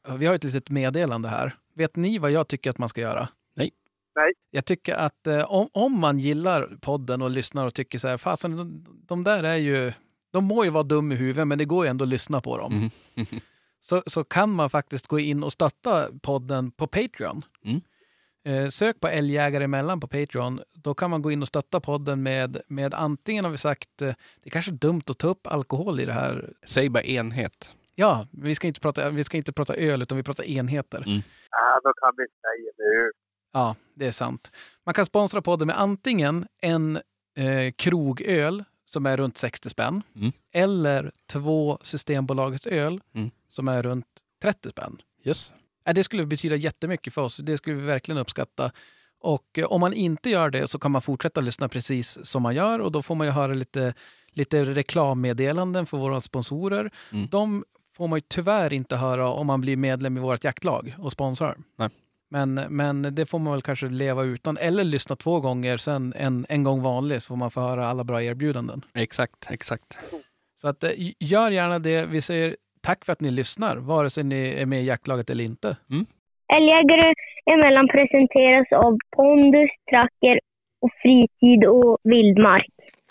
vi har ett litet meddelande här. Vet ni vad jag tycker att man ska göra? Nej. Jag tycker att om man gillar podden och lyssnar och tycker så här, fasen, de där är ju, de må ju vara dum i huvudet, men det går ju ändå att lyssna på dem. Mm. Så kan man faktiskt gå in och stötta podden på Patreon. Sök på Älgjägare emellan på Patreon. Då kan man gå in och stötta podden med antingen, har vi sagt, det är kanske dumt att ta upp alkohol i det här. Säg bara enhet. Ja, vi ska inte prata öl, utan vi pratar enheter. Ja, då kan vi säga nu. Ja, det är sant. Man kan sponsra podden med antingen en krogöl som är runt 60 spänn. Eller 2 Systembolagets öl som är runt 30 spänn. Yes. Det skulle betyda jättemycket för oss. Det skulle vi verkligen uppskatta. Och om man inte gör det så kan man fortsätta lyssna precis som man gör. Och då får man ju höra lite reklammeddelanden för våra sponsorer. De får man ju tyvärr inte höra om man blir medlem i vårt jaktlag och sponsrar. Nej. Men det får man väl kanske leva utan. Eller lyssna 2 gånger, sen en gång vanligt, så får man få höra alla bra erbjudanden. Exakt. Så att, gör gärna det. Vi säger tack för att ni lyssnar, vare sig ni är med i jaktlaget eller inte. Älgjägare emellan presenteras av Pondus, Tracker och Fritid och Vildmark.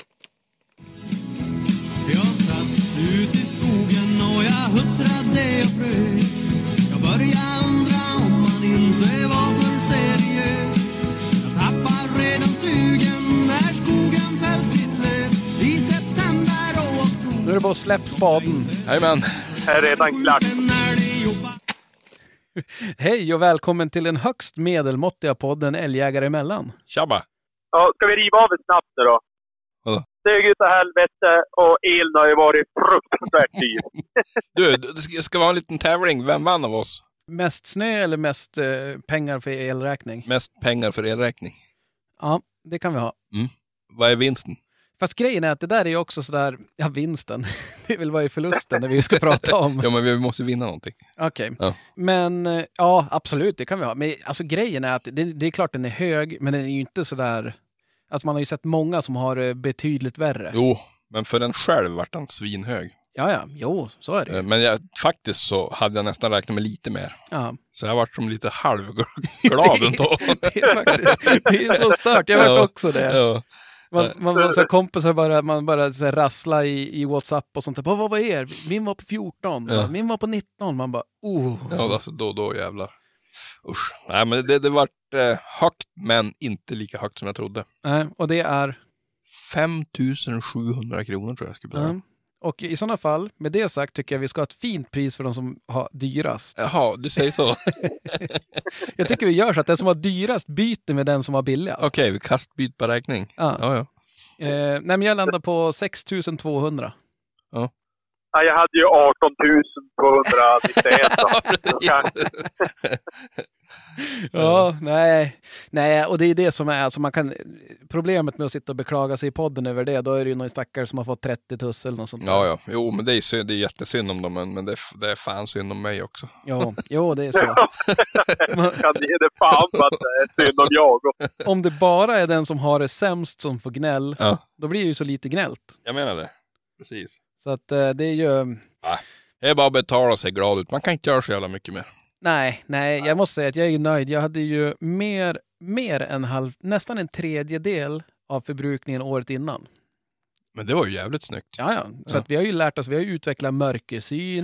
Jag satt ut i skogen och jag huttrade och frös. Jag började undra om man inte var för seriös. Jag tappar redan sugen när skogen fällt sitt löv i september och oktober. Nu är det bara att släpp spaden. Jajamän. Är redan klart. Hej och välkommen till den högst medelmåttiga podden Älgjägare emellan. Tjabba. Ja, ska vi riva av ett snabbt nu då? Vadå? Steg ut av helvete och elen har ju varit fruktansvärt dyr. Du, det ska vara en liten tävling. Vem vann av oss? Mest snö eller mest pengar för elräkning? Mest pengar för elräkning. Ja, det kan vi ha. Vad är vinsten? Fast grejen är att det där är ju också sådär, ja, vinsten. Det är väl vad är förlusten när vi ska prata om. Ja, men vi måste vinna någonting. Okej. Ja. Men ja, absolut, det kan vi ha. Men alltså grejen är att det är klart den är hög, men den är ju inte sådär, att man har ju sett många som har det betydligt värre. Jo, men för den själv vart den svinhög. Ja, jo, så är det. Men faktiskt så hade jag nästan räknat med lite mer. Ja. Så jag vart som lite halvglad ändå. det är så stört, jag vart också det. Ja. Man var så här kompisar, man bara så här rassla i WhatsApp och sånt där. Vad var er? Min var på 14, Ja. min var på 19. Man bara, Ja, alltså då jävlar. Usch. Nej, men det vart högt, men inte lika högt som jag trodde. Nej, och det är 5 700 kronor tror jag skulle bli. Och i sådana fall, med det sagt, tycker jag vi ska ha ett fint pris för de som har dyrast. Jaha, du säger så. Jag tycker vi gör så att den som har dyrast byter med den som har billigast. Okej, vi kastbyt på räkning. Ja. Nej, men jag landar på 6 200. Ja. Ja, jag hade ju 18 291. Ja, nej, och det är det som är, alltså man kan, problemet med att sitta och beklaga sig i podden över det, då är det ju någon stackare som har fått 30 tuss eller något sånt där. Ja, jo, men det är jättesynd om dem, men det är fan synd om mig också. Jo, det är så. Kan ge det fan att det är synd om jag. Om det bara är den som har det sämst som får gnäll, då blir det ju så lite gnällt. Jag menar det, precis. Så att det är ju... Det är bara att betala sig glad ut, man kan inte göra så jävla mycket mer. Nej, jag måste säga att jag är nöjd. Jag hade ju mer än nästan en tredjedel av förbrukningen året innan. Men det var ju jävligt snyggt. Ja. Så att vi har ju lärt oss, vi har ju utvecklat mörkersyn.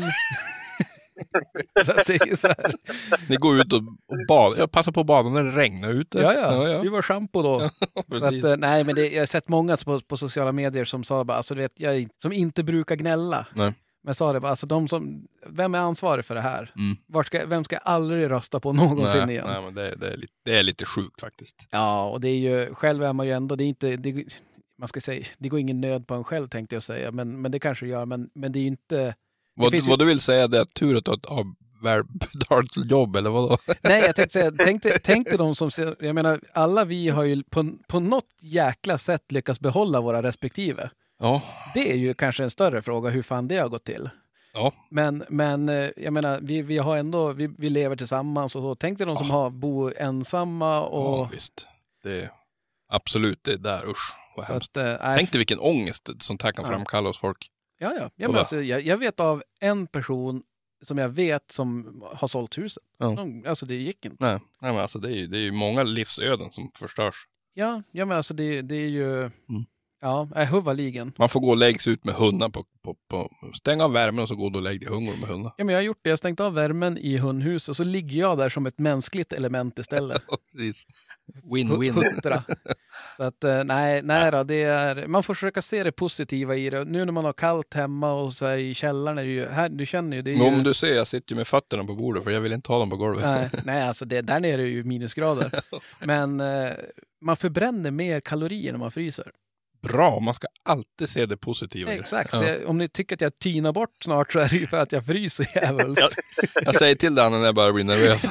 Så att det är så här. Ni går ut och badar. Jag passar på att bada när det regnar ute. Ja. Vi var shampoo då. Precis. Så att, nej, men jag har sett många på sociala medier som sa bara, alltså du vet, som inte brukar gnälla. Nej. Men jag sa det bara, alltså vem är ansvarig för det här? Vem ska aldrig rösta på någonsin igen? Nej, men det är lite sjukt faktiskt. Ja, och det är ju, själv är man ju ändå, det är inte, man ska säga, det går ingen nöd på en själv tänkte jag säga, men det kanske gör, men det är ju inte... Vad du vill säga det är att tur att du har välbetalt jobb, eller vadå? Nej, jag tänkte säga, tänk dig de som, jag menar, alla vi har ju på något jäkla sätt lyckats behålla våra respektive. Ja. Det är ju kanske en större fråga hur fan det har gått till. Ja. Men jag menar, vi har ändå, vi lever tillsammans och så. Tänk dig de som bor ensamma och... Ja, visst. Det är absolut, det är där, usch, vad hemskt. Att, tänk dig vilken ångest sånt här kan framkalla hos folk. Ja, men alltså, jag vet av en person som jag vet som har sålt huset. Ja. Alltså det gick inte. Nej, men alltså det är ju många livsöden som förstörs. Ja men alltså det är ju... Ja, huvudligen. Man får gå och läggas ut med hundar på stänga av värmen och så går du och lägger dig hungor med hundar. Ja, men jag har gjort det. Jag har stängt av värmen i hundhus och så ligger jag där som ett mänskligt element istället. Precis. Win-win. 100. Så att nej då, det är, man får försöka se det positiva i det. Nu när man har kallt hemma och så i källaren är det ju, här, du känner ju det är ju... Om du ser, jag sitter ju med fötterna på bordet för jag vill inte ha dem på golvet. Nej alltså det, där nere är det ju minusgrader. Men man förbränner mer kalorier när man fryser. Bra, man ska alltid se det positiva. Exakt, så om ni tycker att jag tynar bort snart så är det ju för att jag fryser jävligt. Jag säger till dig när jag börjar bli nervös.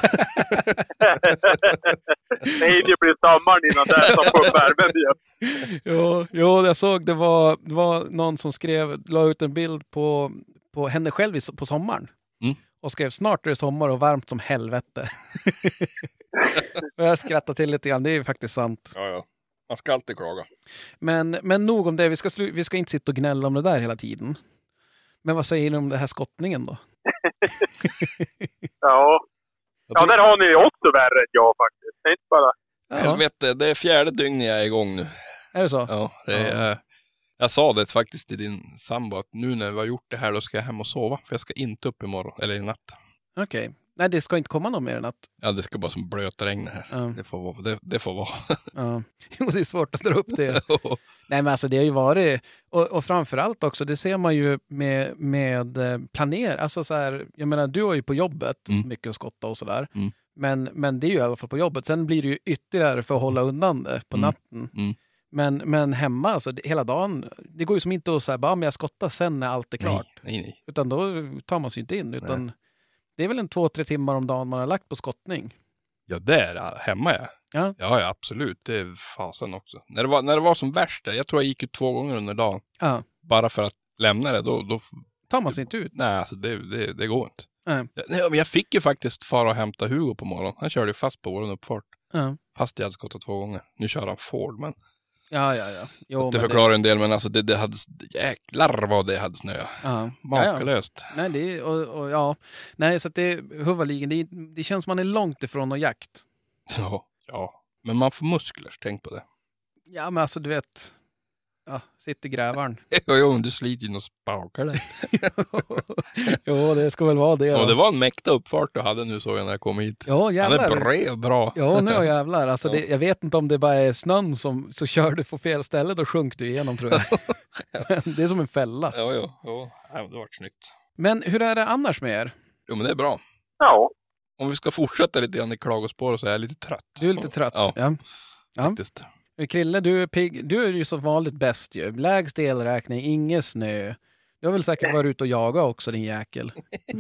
Nej, det blir sommaren innan det som får värmen igen. Jo, jag såg det var någon som la ut en bild på henne själv på sommaren. Och skrev snart är det sommar och varmt som helvete. Och jag skrattar till lite grann, det är ju faktiskt sant. Ja. Man ska alltid klaga. Men nog om det, vi ska inte sitta och gnälla om det där hela tiden. Men vad säger ni om det här skottningen då? Ja, där har ni också värre än jag faktiskt. Det är inte bara... Jag vet det är 4:e dygnet jag är igång nu. Är det så? Ja, det är... Jag sa det faktiskt till din sambo att nu när vi har gjort det här då ska jag hem och sova. För jag ska inte upp imorgon, eller i natt. Okej. Nej, det ska inte komma någon mer än att... Ja, det ska bara som blöta regn här. Ja. Det får vara. Ja. Jo, det är svårt att dra upp det. Nej, men alltså det har ju varit... Och framförallt också, det ser man ju med planer. Alltså så här, jag menar, du har ju på jobbet mycket att skotta och sådär. Men det är ju i alla fall på jobbet. Sen blir det ju ytterligare för att hålla undan det på natten. Men hemma, alltså, hela dagen, det går ju som inte att säga bara, men jag skottar sen när allt är klart. Nej. Utan då tar man sig inte in. Utan det är väl en 2-3 timmar om dagen man har lagt på skottning. Ja, där hemma Ja. Ja, absolut. Det är fasen också. När det var som värst, jag tror jag gick ut 2 gånger under dagen. Ja. Bara för att lämna det, då Tar man sig inte ut? Nej, alltså det går inte. Nej. Jag fick ju faktiskt fara och hämta Hugo på morgonen. Han körde ju fast på vår uppfart. Ja. Fast jag hade skottat 2 gånger. Nu kör han Ford, men... Ja. Jo, det förklarar en del, men alltså det hade... Jäklar vad det hade snö. Ja. Makalöst. Nej, det och nej, så att det huvudligen, det känns som man är långt ifrån och jakt. Ja. Men man får muskler, tänk på det. Ja, men alltså du vet... Ja, sitter grävaren. Jo, du sliter ju någon spakar där. Jo, det ska väl vara det. Ja, det var en mäkta uppfart du hade nu, såg jag när jag kom hit. Ja, jävlar. Han är bred och bra. Ja, nu jävlar. Alltså, jag vet inte om det bara är snön som så kör du på fel ställe, då sjunk du igenom, tror jag. Det är som en fälla. Ja. Det var snyggt. Men hur är det annars med er? Jo, men det är bra. Ja. Om vi ska fortsätta lite grann i klagospår så är jag lite trött. Du är lite trött? Ja. Faktiskt. Krille, du är pigg. Du är ju som vanligt bäst ju. Lägst elräkning, ingen snö. Du har väl säkert varit ute och jaga också, din jäkel.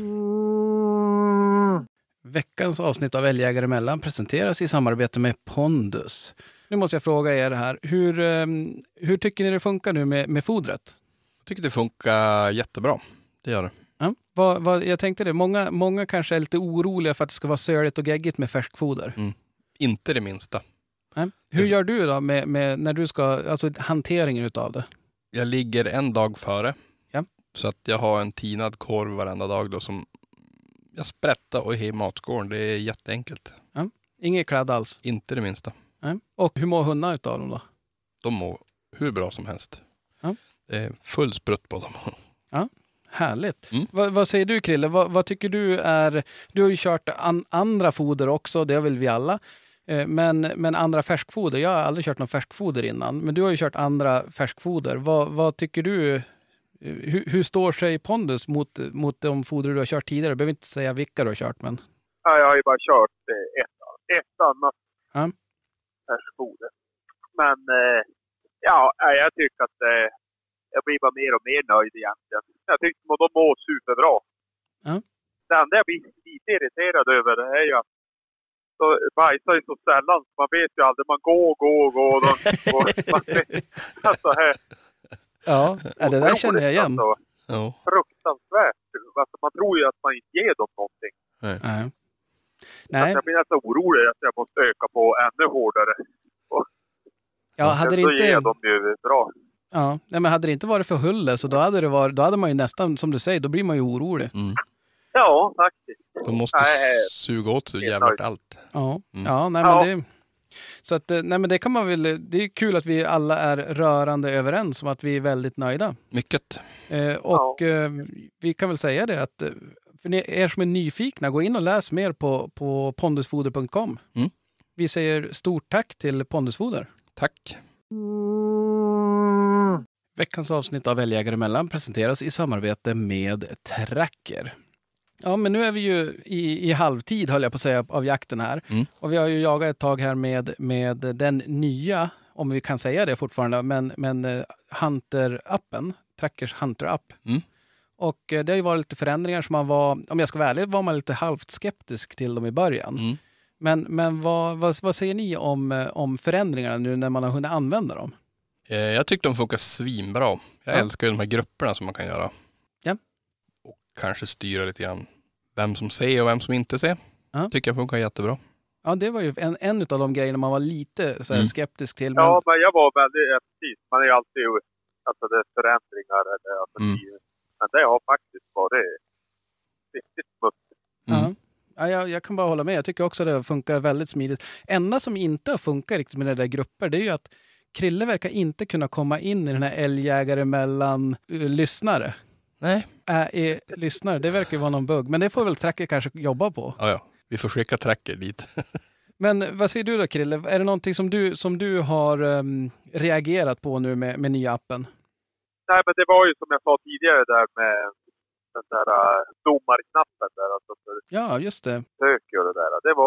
Veckans avsnitt av Älgjägare emellan presenteras i samarbete med Pondus. Nu måste jag fråga er här. Hur tycker ni det funkar nu med fodret? Jag tycker det funkar jättebra. Det gör det. Ja. Jag tänkte det. Många kanske är lite oroliga för att det ska vara söligt och geggigt med färskfoder. Inte det minsta. Hur gör du då med när du ska, alltså hanteringen utav det? Jag ligger en dag före. Ja. Så att jag har en tinad korv varenda dag då som jag sprättar och i matskålen. Det är jätteenkelt. Ja. Inget kladd alls? Inte det minsta. Ja. Och hur mår hundar utav dem då? De mår hur bra som helst. Ja. Det är full sprutt på dem. Ja. Härligt. Vad säger du, Krille? Vad tycker du är... Du har ju kört andra foder också, det har väl vi alla. Men andra färskfoder, jag har aldrig kört någon färskfoder innan. Men du har ju kört andra färskfoder. Vad tycker du? Hur står sig Pondus mot de foder du har kört tidigare? Jag behöver inte säga vilka du har kört, men... Ja, jag har ju bara kört ett annat färskfoder. Men jag tycker att jag blir bara mer och mer nöjd egentligen. Jag tycker att de mår superbra. Ja. Det enda jag blir lite irriterad över är ju att de bajsar ju så sällan. Man vet ju aldrig. Man går. Alltså här. Ja, det där känner jag igen. Alltså, fruktansvärt. Alltså, man tror ju att man inte ger dem någonting. Nej. Jag blir nästan orolig att jag måste öka på ännu hårdare. Ja, hade det inte... ger de ju bra. Ja, nej, men hade det inte varit för hulle så då hade man ju nästan, som du säger, då blir man ju orolig. Ja, faktiskt. De måste suga åt sig jävligt allt. Ja, ja, nej, men det... Så att, nej, men det kan man väl, det är kul att vi alla är rörande överens om att vi är väldigt nöjda. Mycket. Vi kan väl säga det att för er som är nyfikna, gå in och läs mer på pondusfoder.com. Vi säger stort tack till Pondusfoder. Tack. Veckans avsnitt av Älgjägare emellan presenteras i samarbete med Tracker. Ja, men nu är vi ju i halvtid, höll jag på att säga, av jakten här. Och vi har ju jagat ett tag här med den nya, om vi kan säga det fortfarande, men Hunter-appen, Trackers Hunter-app. Och det har ju varit lite förändringar som man var, om jag ska vara ärlig, var man lite halvt skeptisk till dem i början. Men vad säger ni om förändringarna nu när man har hunnit använda dem? Jag tycker de funkar svinbra. Jag älskar ju de här grupperna som man kan göra. Ja. Och kanske styra lite grann vem som ser och vem som inte ser. Tycker jag funkar jättebra. Ja, det var ju en av de grejerna man var lite så här skeptisk till. Ja, men jag var väldigt precis. Man är ju alltid, alltså det är förändringar eller alltså, men det har faktiskt varit riktigt smutsigt. Ja, jag kan bara hålla med. Jag tycker också att det funkar väldigt smidigt. Enda som inte funkar riktigt med de där grupper, det är ju att Krille verkar inte kunna komma in i den här älgjägare mellan lyssnare. Nej. Lyssnare, det verkar ju vara någon bugg. Men det får väl Tracker kanske jobba på. Ja. Vi får skicka Tracker dit. Men vad säger du då, Krille? Är det någonting som du har reagerat på nu med nya appen? Nej, men det var ju som jag sa tidigare där med den där domarknappen där. Alltså för ja, just det. Sök och det där. Det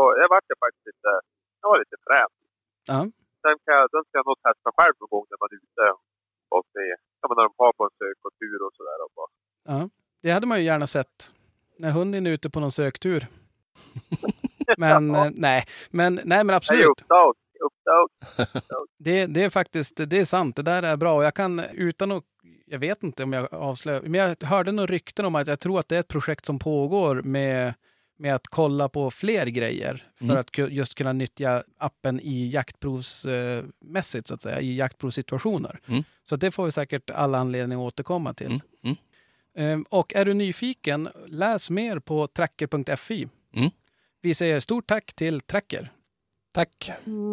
var lite främt. Ja. Den ska jag nog testa själv någon gång när man är ute och se. När de har på en sök och tur och sådär. Ja, det hade man ju gärna sett. När hunden är ute på någon söktur. Men nej, men absolut. Uppdag. Det är faktiskt, det är sant. Det där är bra. Och jag kan jag vet inte om jag avslöjar, men jag hörde några rykten om att jag tror att det är ett projekt som pågår med att kolla på fler grejer för att just kunna nyttja appen i jaktprovsmässigt så att säga, i jaktprovssituationer. Så det får vi säkert alla anledning att återkomma till. Och är du nyfiken, läs mer på tracker.fi. Vi säger stort tack till Tracker. Tack.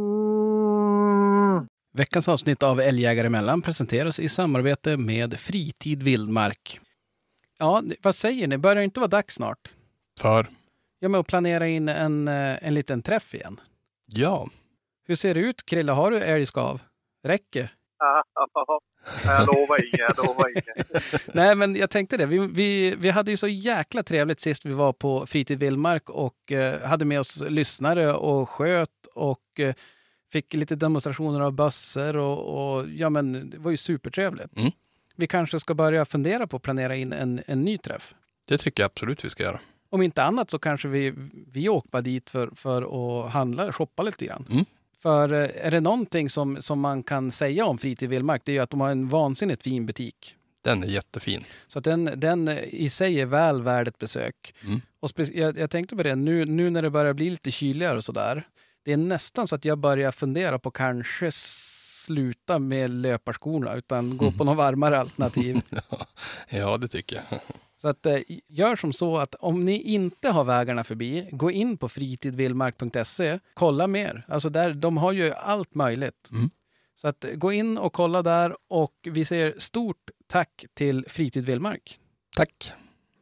Veckans avsnitt av Älgjägare emellan presenteras i samarbete med Fritid Vildmark. Ja, vad säger ni? Börjar det inte vara dags snart? För? Ja, men att planera in en liten träff igen. Ja. Hur ser det ut, Krille? Har du älgskav? Räcker? Jag lovar inget. Nej, men jag tänkte det. Vi hade ju så jäkla trevligt sist vi var på Fritid Vildmark och hade med oss lyssnare och sköt och fick lite demonstrationer av bössor och ja, men det var ju supertrevligt. Vi kanske ska börja fundera på att planera in en ny träff. Det tycker jag absolut vi ska göra. Om inte annat så kanske vi åker bara dit för att handla, shoppa lite grann. För är det någonting som man kan säga om Fritid Vildmark, det är ju att de har en vansinnigt fin butik. Den är jättefin. Så att den i sig är väl värd ett besök. Och jag tänkte på det, nu när det börjar bli lite kyligare och sådär. Det är nästan så att jag börjar fundera på kanske sluta med löparskorna utan gå på något varmare alternativ. Ja, det tycker jag. Så att gör som så att om ni inte har vägarna förbi, gå in på fritidvildmark.se, kolla mer. Alltså där, de har ju allt möjligt. Så att gå in och kolla där och vi säger stort tack till Fritid Vildmark. Tack.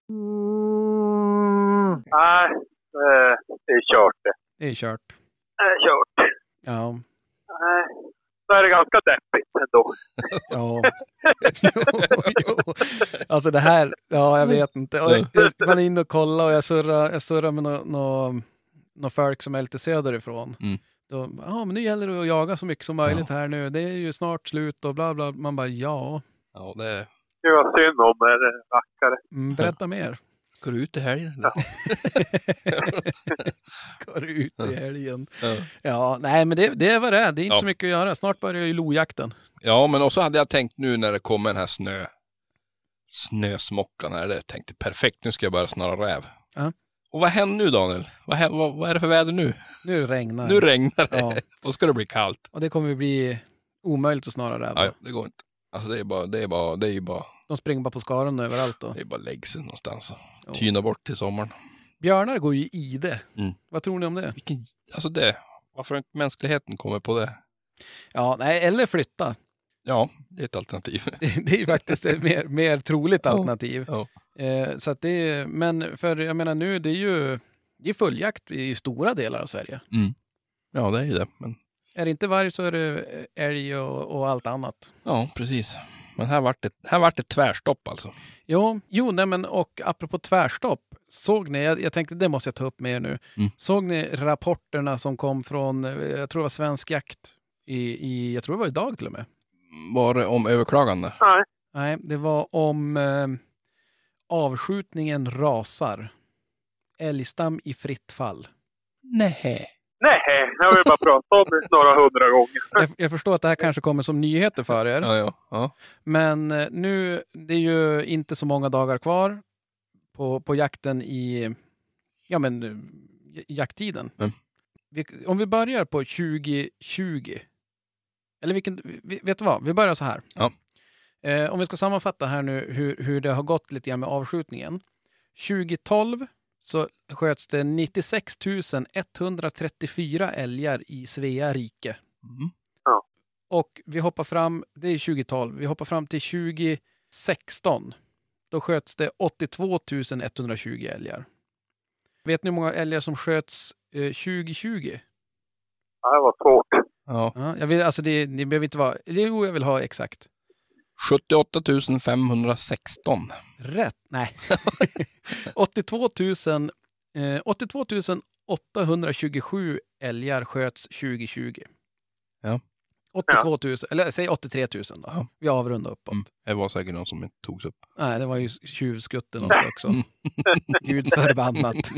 Nej, det är kört det. Det är kört. Det är kört. Ja. Nej, så är det ganska deppigt ändå. Ja. Jo. Alltså det här, ja jag vet inte. Och man är inne och kollar och jag surrar med några folk som är lite söderifrån. Då, men nu gäller det att jaga så mycket som möjligt här nu. Det är ju snart slut och bla bla. Man bara, ja. Ja, det var synd om er rackare. Berätta mer. Går du ut i helgen? Ja. Går du ut i helgen? Ja, nej men det var det. Det är inte så mycket att göra. Snart börjar ju lojakten. Ja, men också hade jag tänkt nu när det kommer den här snösmockan här. Det tänkte perfekt, nu ska jag börja snara räv. Och vad händer nu, Daniel? Vad är det för väder nu? Nu regnar det. Ja. Och ska det bli kallt. Och det kommer bli omöjligt att snara räv. Ja, det går inte. Alltså det är ju bara... De springer bara på skaran överallt då. Det är bara läggs någonstans och tyna bort till sommaren. Björnar går ju i det. Mm. Vad tror ni om det? Alltså det, varför inte mänskligheten kommer på det? Ja, nej, eller flytta. Ja, det är ett alternativ. Det är ju faktiskt ett mer troligt alternativ. Ja. Så att men för jag menar nu, det är fulljakt i stora delar av Sverige. Mm. Ja, det är ju det. Men... Är det inte varg så är det älg och allt annat. Ja, precis. Men här vart det tvärstopp alltså. Jo, nej men och apropå tvärstopp. Såg ni, jag tänkte det måste jag ta upp med er nu. Mm. Såg ni rapporterna som kom från, jag tror det var Svensk Jakt, jag tror det var idag till och med. Var det om överklagande? Nej, det var om avskjutningen rasar. Älgstam i fritt fall. Nej, jag har ju bara pratat om det några 100 gånger. Jag förstår att det här kanske kommer som nyheter för er. Ja. Men nu, det är ju inte så många dagar kvar på jakten i jakttiden. Mm. Om vi börjar på 2020. Eller vet du vad? Vi börjar så här. Ja. Om vi ska sammanfatta här nu hur det har gått lite grann med avskjutningen. 2012 så sköts det 96 134 älgar i Svea rike. Mm. Ja. Och vi hoppar fram, det är 2012, vi hoppar fram till 2016. Då sköts det 82 120 älgar. Vet ni hur många älgar som sköts 2020? Ja, det var svårt. Ja. Jag vill, alltså det behöver inte vara, jag vill ha exakt. 78 516. Rätt, nej. 82 827 älgar sköts 2020. Ja. 82 000, eller säg 83 000 då. Ja. Vi avrundar uppåt. Det var säkert någon som inte togs upp. Nej, det var ju tjuvskutten också. Gud förbannat.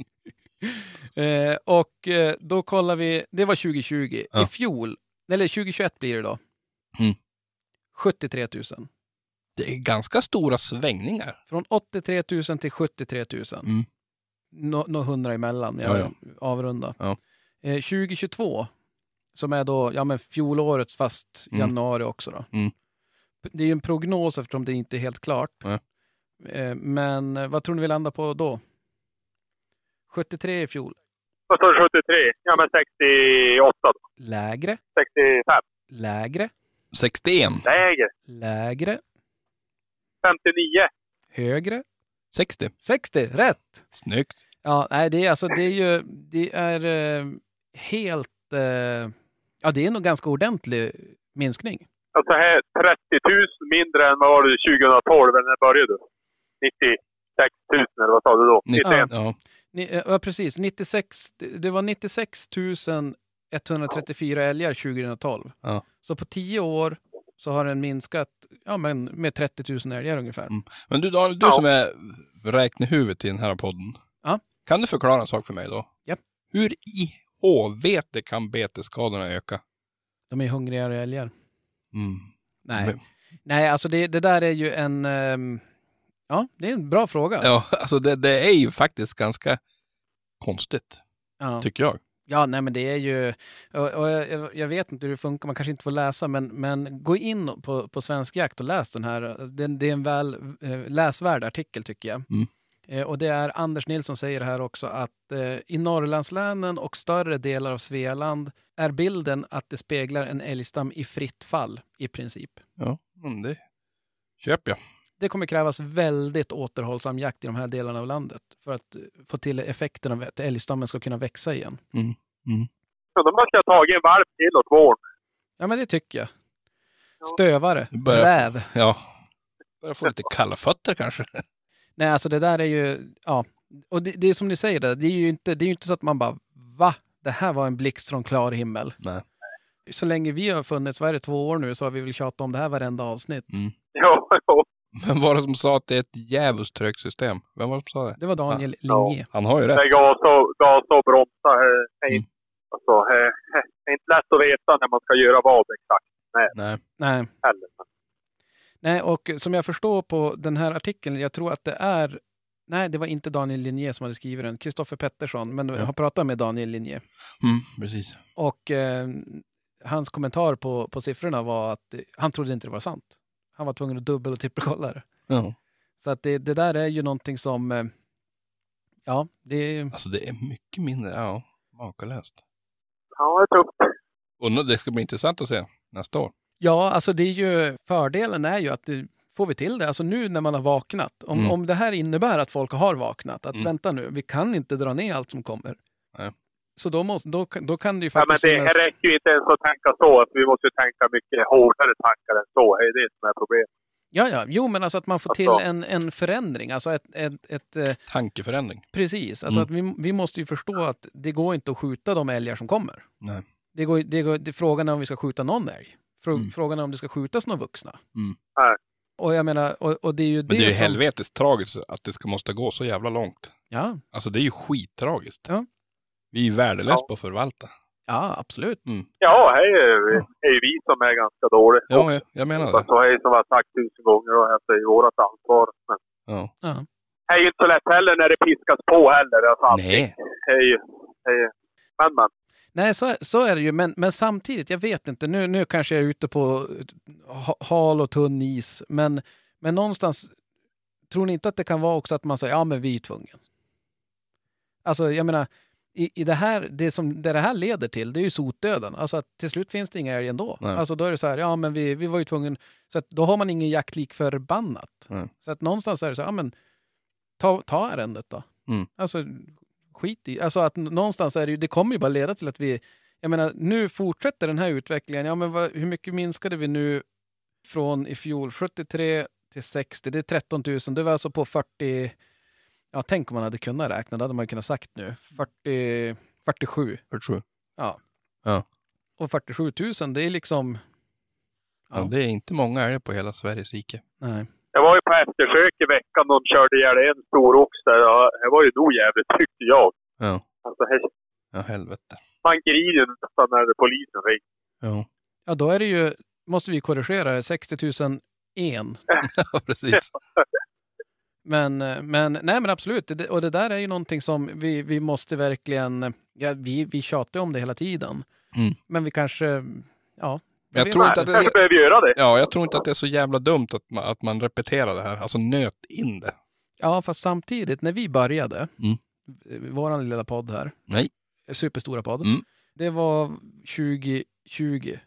Och då kollar vi, det var 2020. Ja. I fjol, eller 2021 blir det då. 73 000. Det är ganska stora svängningar. Från 83 000 till 73 000. Nå 100 emellan, jag avrunda. Ja. 2022, som är då fjolårets fast januari också då. Mm. Det är ju en prognos eftersom det inte är helt klart. Men vad tror ni vi landar på då? 73 i fjol. Vad står det 73? Ja, men 68 då. Lägre. 65. Lägre. 61. Lägre. 59. Högre. 60. 60, rätt! Snyggt. Ja, nej, det är helt... det är nog ganska ordentlig minskning. Alltså här 30 000 mindre än vad var det 2012 när började du? 96 000 eller vad sa du då? 91. Ja, precis. 96, det var 96 134 älgar 2012. Ja. Så på 10 år så har den minskat med 30 000 älgar ungefär. Men du Daniel, du som är räknehuvudet i den här podden. Ja. Kan du förklara en sak för mig då? Ja. Hur i håvete kan betesskadorna öka? De är hungrigare älgar. Nej. Men... Nej, alltså det där är ju en... det är en bra fråga. Ja, alltså det är ju faktiskt ganska konstigt, tycker jag. Ja, nej men det är ju... Och jag vet inte hur det funkar, man kanske inte får läsa, men gå in på Svensk Jakt och läs den här. Det är en väl läsvärd artikel tycker jag. Och det är Anders Nilsson säger här också att i Norrlandslänen och större delar av Svealand är bilden att det speglar en älgstam i fritt fall i princip. Ja, men det köper jag. Det kommer krävas väldigt återhållsam jakt i de här delarna av landet för att få till effekten av att älgstammen ska kunna växa igen. Så då måste jag ta en varv till åt våren. Ja, men det tycker jag. Stövare, räv. Börjar få lite kalla fötter kanske. Nej, alltså det där är ju... Ja. Och det är som ni säger, det är ju inte så att man bara, va? Det här var en blixt från klar himmel. Nej. Så länge vi har funnits, vad är det, 2 år nu, så har vi väl tjatat om det här varenda avsnitt. Ja. Vem var det som sa att det är ett djävulskt trögsystem? Vem var det som sa det? Det var Daniel Linné. Han har ju rätt. Det gas och bromsa. Alltså, det är inte lätt att veta när man ska göra vad exakt. Nej. Nej, och som jag förstår på den här artikeln, jag tror att det är... Nej, det var inte Daniel Linné som hade skrivit den. Kristoffer Pettersson, men jag har pratat med Daniel Linné. Precis. Och hans kommentar på siffrorna var att han trodde inte det var sant. han var tvungen att dubbel- och trippelkolla det. Ja. Så att det där är ju någonting som, ja, det är... Alltså det är mycket mindre, ja, makalöst. Ja, det är tufft. Och det ska bli intressant att se nästa år. Ja, alltså det är ju, fördelen är ju att får vi till det, alltså nu när man har vaknat, om det här innebär att folk har vaknat, att vänta nu, vi kan inte dra ner allt som kommer. Nej. Så då kan det ju faktiskt... Ja, men det räcker ju inte ens att tänka så, att vi måste tänka mycket hårdare tankar än så, det är det som är problemet. Ja, jo, men alltså att man får till en förändring, alltså ett tankeförändring. Precis, alltså att vi måste ju förstå att det går inte att skjuta de älgar som kommer. Nej. Det frågan är om vi ska skjuta någon älg. Frågan är om det ska skjutas några vuxna. Nej. Och jag menar, och det är ju det. Men det är ju som... helvetiskt tragiskt att det måste gå så jävla långt. Ja. Alltså det är ju skittragiskt. Ja. Vi är ju värdelösa på att förvalta. Ja, absolut. Ja, det är ju vi som är ganska dåliga. Ja, jag menar det. Så är som jag har sagt 1000 gånger och det är ju vårat ansvar. Men det är ju inte så lätt heller när det piskas på heller. Alltså, nej. Men. Nej, så är det ju. Men samtidigt, jag vet inte. Nu kanske jag är ute på hal och tunn is. Men någonstans, tror ni inte att det kan vara också att man säger, ja men vi är tvungen. Alltså, jag menar, i det här, det här leder till, det är ju sotdöden. Alltså att till slut finns det inga älg ändå. Nej. Alltså då är det så här, ja men vi var ju tvungen. Så att då har man ingen jakt lik förbannat. Så att någonstans är det så här, ja men ta ärendet då. Alltså skit i. Alltså att någonstans är det kommer ju bara leda till att vi, jag menar, nu fortsätter den här utvecklingen. Ja men hur mycket minskade vi nu från i fjol? 73 till 60, det är 13 000. Det var alltså på 40, ja tänk om man hade kunnat räkna, det hade man kunnat sagt nu. 47. 47. Ja. Ja. Och 47 000, det är liksom... Ja, det är inte många älgar på hela Sveriges rike. Nej. Jag var ju på eftersök i veckan och de körde ihjäl en stor ox där. Det var ju nog jävligt, tyckte jag. Ja. Alltså, ja, helvete. Man grider ju nästan när polisen ringer. Ja. Ja, då är det ju, måste vi korrigera det, 60 001. Ja, precis. Men absolut. Och det där är ju någonting som vi måste verkligen... Ja, vi tjatar om det hela tiden. Men vi kanske... Ja. Jag tror inte att kanske behöver göra det. Ja, jag tror inte att det är så jävla dumt att man repeterar det här. Alltså nöt in det. Ja, fast samtidigt, när vi började, våran lilla podd här, superstora podd, det var 2020.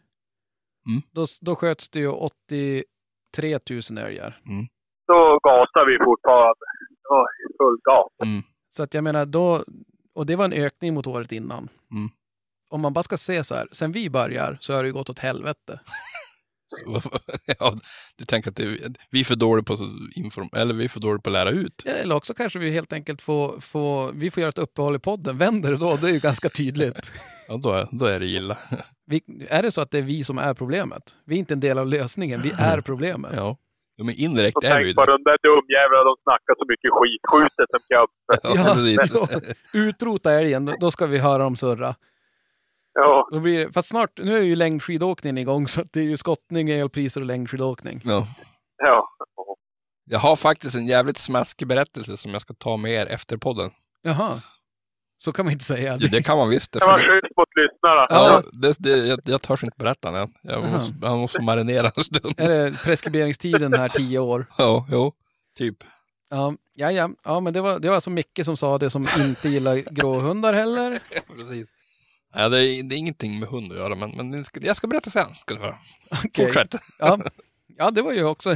Då sköts det ju 83 000 älgar. Då gasar vi fortfarande. Ja, full gas. Så att jag menar, och det var en ökning mot året innan. Om man bara ska se så här, sen vi börjar så har det gått åt helvete. Ja, du tänker att vi är för dåliga på eller vi är för dåliga på att lära ut. Ja, eller också kanske vi helt enkelt vi får göra ett uppehåll i podden. Vänder det då? Det är ju ganska tydligt. Ja, då är det illa. Är det så att det är vi som är problemet? Vi är inte en del av lösningen, vi är problemet. Ja. Men indirekt och är vi ju det. Tänk på de där dumjävlarna, de snackar så mycket skit. Skjutet som kan. Utrota älgen, då ska vi höra dem surra. Ja. Fast snart, nu är ju längdskidåkningen igång, så att det är ju skottning, elpriser och längdskidåkning. Ja. Jag har faktiskt en jävligt smaskig berättelse som jag ska ta med er efter podden. Jaha. Så kan man inte säga. Ja, det kan man visst. Det var sjukt mot lyssnarna. Ja, jag törs inte berätta den. Jag måste marinera en stund. Är det preskriberingstiden här 10 år? Ja, jo. Typ. Ja, men det var alltså Micke som sa det, som inte gillar gråhundar heller. Precis. Ja, det är ingenting med hund att göra, men jag ska berätta sen. Ska det vara. Okay. Fortsätt. Ja, det var ju också...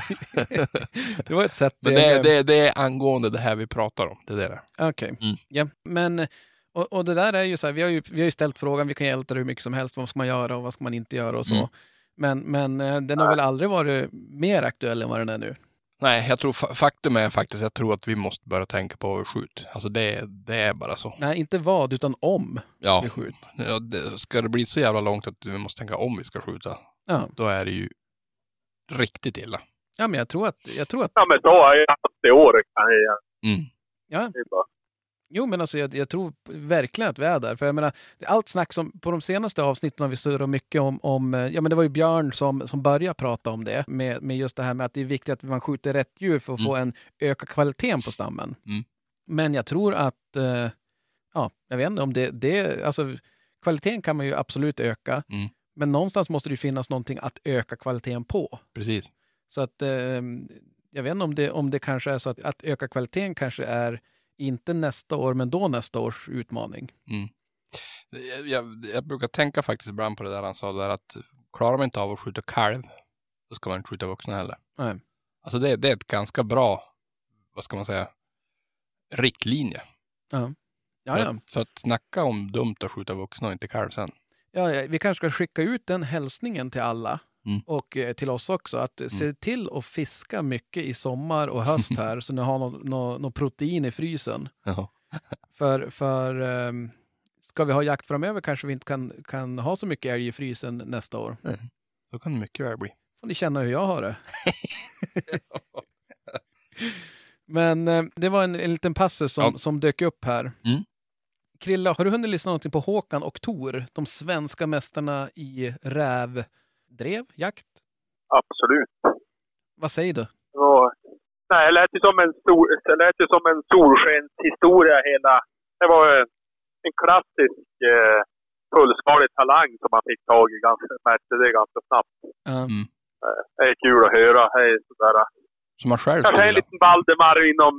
det var ett sätt... Men det är angående det här vi pratar om. Det är det. Okej. Ja, men... Och det där är ju så här, vi har ju ställt frågan, vi kan hjälpa hur mycket som helst, vad ska man göra och vad ska man inte göra och så. Men den har väl aldrig varit mer aktuell än vad den är nu. Nej, jag tror faktum är faktiskt, jag tror att vi måste börja tänka på att skjuta. Alltså det är bara så. Nej, inte vad, utan om vi skjuter. Ja, ska det bli så jävla långt att vi måste tänka om vi ska skjuta, då är det ju riktigt illa. Ja, men jag tror att... Ja, men så har jag haft det året. Ja. Jo, men alltså jag tror verkligen att vi är där. För jag menar, allt snack som på de senaste avsnitten har vi surrat mycket om ja, men det var ju Björn som började prata om det. Med just det här med att det är viktigt att man skjuter rätt djur för att få en öka kvaliteten på stammen. Men jag tror att, jag vet inte om det alltså kvaliteten kan man ju absolut öka. Men någonstans måste det ju finnas någonting att öka kvaliteten på. Precis. Så att jag vet inte om det kanske är så att öka kvaliteten kanske är inte nästa år, men då nästa års utmaning. Mm. Jag brukar tänka faktiskt ibland på det där han sa där, att klarar man inte av att skjuta kalv, så ska man inte skjuta vuxna heller. Nej. Alltså det är ett ganska bra, vad ska man säga, riktlinje. Ja. För att snacka om dumt att skjuta vuxna och inte kalv sen. Ja, vi kanske ska skicka ut den hälsningen till alla och till oss också. Att se till att fiska mycket i sommar och höst här så ni har någon protein i frysen. Ja. För ska vi ha jakt framöver kanske vi inte kan ha så mycket älg i frysen nästa år. Så kan det mycket väl bli. Får ni känna hur jag har det. Men det var en liten passus som dök upp här. Mm. Krilla, har du hunnit lyssna någonting på Håkan och Tor? De svenska mästarna i rävdrev, jakt? Absolut. Vad säger du? Nej, det lät ju som en solskenshistoria hela. Det var en klassisk fullskalig talang som man fick tag i ganska snabbt. Det är kul att höra. Det är sådär. Som man själv kanske en liten Valdemar inom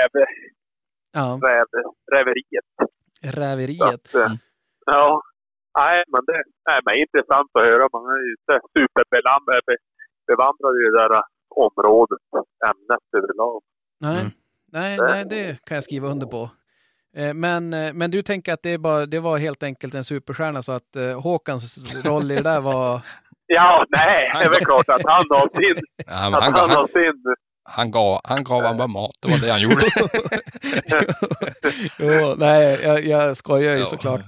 räveriet. Räveriet. Ja. Nej, men det är intressant att höra. Man är ju inte superbevandrad i det där området, ämnet överlag. Nej, det kan jag skriva under på. Men du tänker att det var helt enkelt en superstjärna, så att Håkans roll i det där var... Ja, nej, det är väl klart att han har sin... Han gav han bara mat, det var det han gjorde. Jo, nej, jag skojar ju såklart,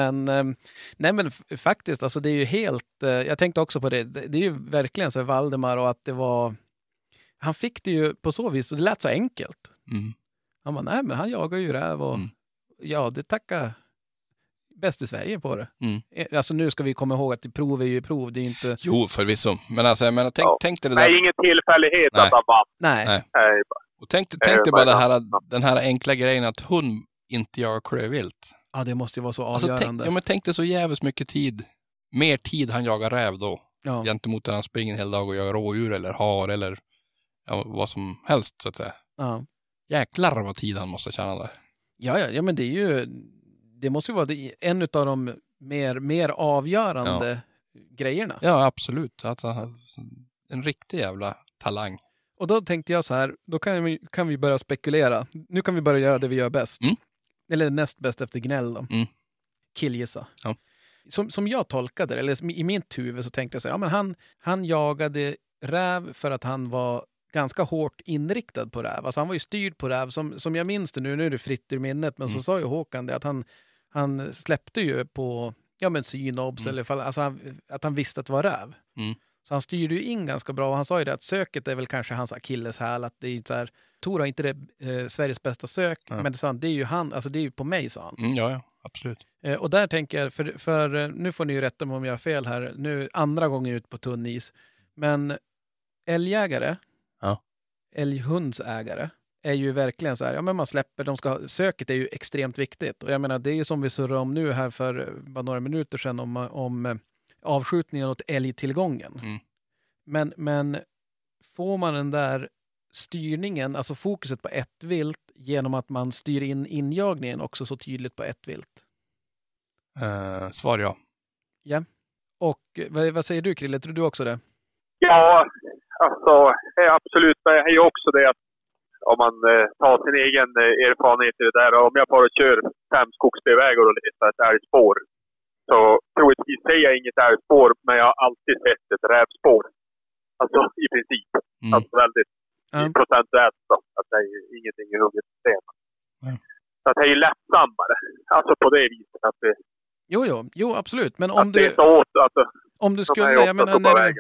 men faktiskt, alltså det är ju helt, jag tänkte också på det är ju verkligen så Valdemar, och att det var, han fick det ju på så vis, och det lät så enkelt. Han bara, nej men han jagar ju räv och ja, det tackar bäst i Sverige på det. Alltså nu ska vi komma ihåg att prov är ju prov, det är inte... Jo, förvisso. Men alltså, jag menar, tänk dig det där... Nej, ingen tillfällighet att han vann. Nej. Och tänk dig bara den här enkla grejen att hon inte jagar klövvilt. Ja, det måste ju vara så avgörande. Alltså, tänk dig så jävligt mycket tid. Mer tid han jagar räv då. Ja. Gentemot när han springer en hel dag och jagar rådjur eller har eller vad som helst, så att säga. Ja. Jäklar vad tid han måste tjäna där. Ja, men det är ju... Det måste ju vara en av de mer avgörande grejerna. Ja, absolut. Alltså, en riktig jävla talang. Och då tänkte jag så här, då kan vi börja spekulera. Nu kan vi börja göra det vi gör bäst. Eller näst bäst efter gnäll då. Killgissa. Ja. Som jag tolkade det, eller i mitt huvud så tänkte jag så här, ja, men han jagade räv för att han var ganska hårt inriktad på räv. Alltså han var ju styrd på räv. Som jag minns det nu är det fritt ur minnet, men så sa ju Håkan det att han släppte ju på synobs eller att han visste att det var räv. Så han styrde ju in ganska bra, och han sa ju det att söket är väl kanske hans akilleshäl, att det är så här, Tor har inte det Sveriges bästa sök, men det sa han, det är ju han, alltså det är ju på mig, sa han. Ja, absolut. Och där tänker jag, för nu får ni ju rätta mig om jag har fel här, nu andra gången ut på tunn is, men älgjägare, älghundsägare är ju verkligen så här, ja men man släpper, söket är ju extremt viktigt, och jag menar det är ju som vi surrar om nu här för bara några minuter sedan om avskjutningen åt älgtillgången. Men får man den där styrningen, alltså fokuset på ett vilt, genom att man styr in injagningen också så tydligt på ett vilt? Svar ja. Ja. Och vad säger du, Krille? Tror du också det? Ja, alltså absolut. Det är ju också det att om man tar sin egen erfarenhet i det där, om jag bara kör 5 skogsbilvägar och letar ett älgspår, så troligtvis ser jag inget älgspår, men jag har alltid sett ett rävspår. Alltså i princip. Alltså väldigt procentuellt då. Att det är ingenting i hugget system. Så att det är ju lättsammare. Alltså på det viset att det... Jo, absolut. Men om du skulle... Jag menar,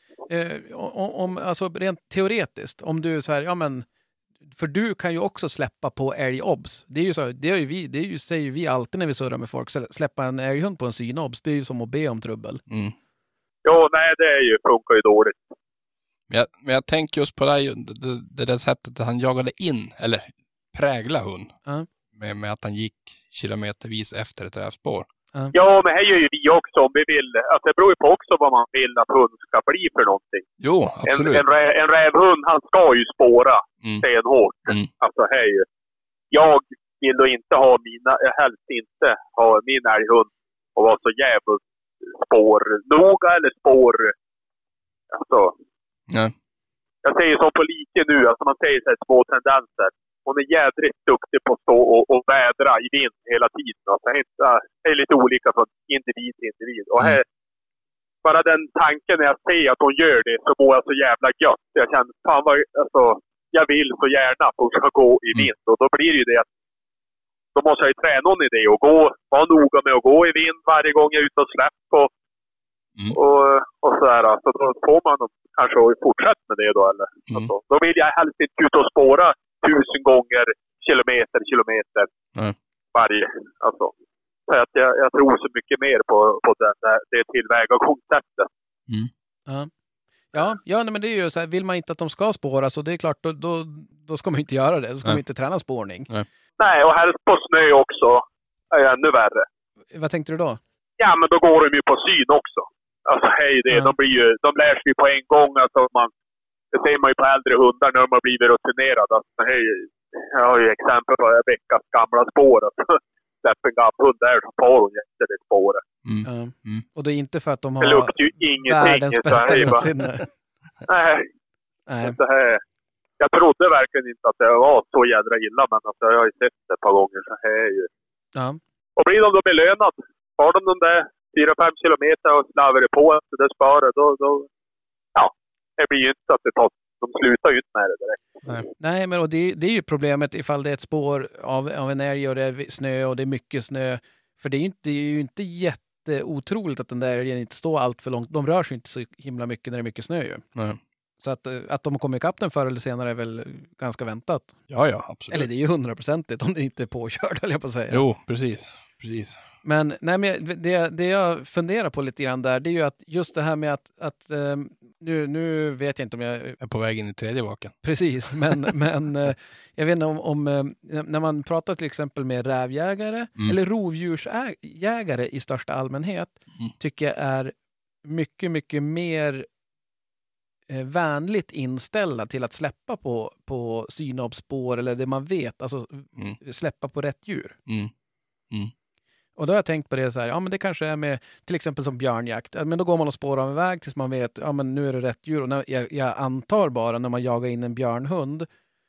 alltså rent teoretiskt, om du så här, ja men... För du kan ju också släppa på älgobs. Det är ju så, säger vi alltid när vi surrar med folk. Släppa en älghund på en synobs, det är ju som att be om trubbel. Jo, nej, det funkar ju dåligt. Men jag tänker just på det där sättet att han jagade in, eller prägla hund. Med att han gick kilometervis efter ett rävspår. Ja, men här gör ju vi också om vi vill. Alltså det beror ju på också vad man vill att hund ska bli för någonting. Jo, absolut. En rävhund, han ska ju spåra stenhårt. Alltså hej. Jag vill då inte ha helst inte ha min älghund och vara så jävligt spårnoga eller spår. Alltså. Nej. Jag säger som på like nu, alltså man säger så här små tendenser. Hon är jädrigt duktig på att stå och vädra i vind hela tiden. Alltså, det är lite olika från individ till individ. Och här, bara den tanken när jag ser att hon gör det så mår jag så jävla gött. Jag känner, fan vad, alltså, jag vill så gärna att hon ska gå i vind. Och då blir det ju det att då måste jag ju träna hon i det och vara noga med att gå i vind varje gång jag är ute och släpper. Och sådär. Så då får man kanske fortsätta med det då. Eller? Alltså, då vill jag helst inte ut och spåra 1000 gånger kilometer varje. Alltså, så att jag tror så mycket mer på det tillvägagångssättet. Ja, men det är ju så här, vill man inte att de ska spåra så det är klart, då ska man inte göra det. Då ska man inte träna spårning. Nej, och helst på snö också är ännu värre. Vad tänkte du då? Ja, men då går de ju på syn också. Alltså hej, de lär sig på en gång. Alltså det ser man ju på äldre hundar när de har blivit rutinerade. Alltså, hej, jag har ju exempel på veckas gamla spår. Alltså, släpp en gammal hund där så tar hon efter det spåret. Och det är inte för att de har världens bästa utsinne. Nej. Så här, jag trodde verkligen inte att det var så jädra illa, men alltså, jag har ju sett det ett par gånger. Så här är ju. Och blir de då belönad, har de där 4-5 kilometer och slavar det på efter det sparet, då det blir ju inte att de slutar ut med det direkt. Nej, men och det är ju problemet ifall det är ett spår av en älg och det är snö och det är mycket snö. För det är ju inte jätteotroligt att den där älgen inte står allt för långt. De rör sig inte så himla mycket när det är mycket snö ju. Nej. Så att de kommer ikapp den förr eller senare är väl ganska väntat. Ja, absolut. Eller det är ju 100% om det inte är påkörd, eller jag på att säga. Jo, precis. Men det jag funderar på lite grann där, det är ju att just det här med att nu vet jag inte om jag är på väg in i tredje vaken. Precis, men jag vet inte om när man pratar till exempel med rävjägare eller rovdjursjägare i största allmänhet tycker jag är mycket, mycket mer vänligt inställda till att släppa på synobspår eller det man vet, alltså släppa på rätt djur. Och då har jag tänkt på det så här, ja men det kanske är med till exempel som björnjakt. Men då går man och spårar av en väg tills man vet, ja men nu är det rätt djur. Och jag antar bara när man jagar in en björnhund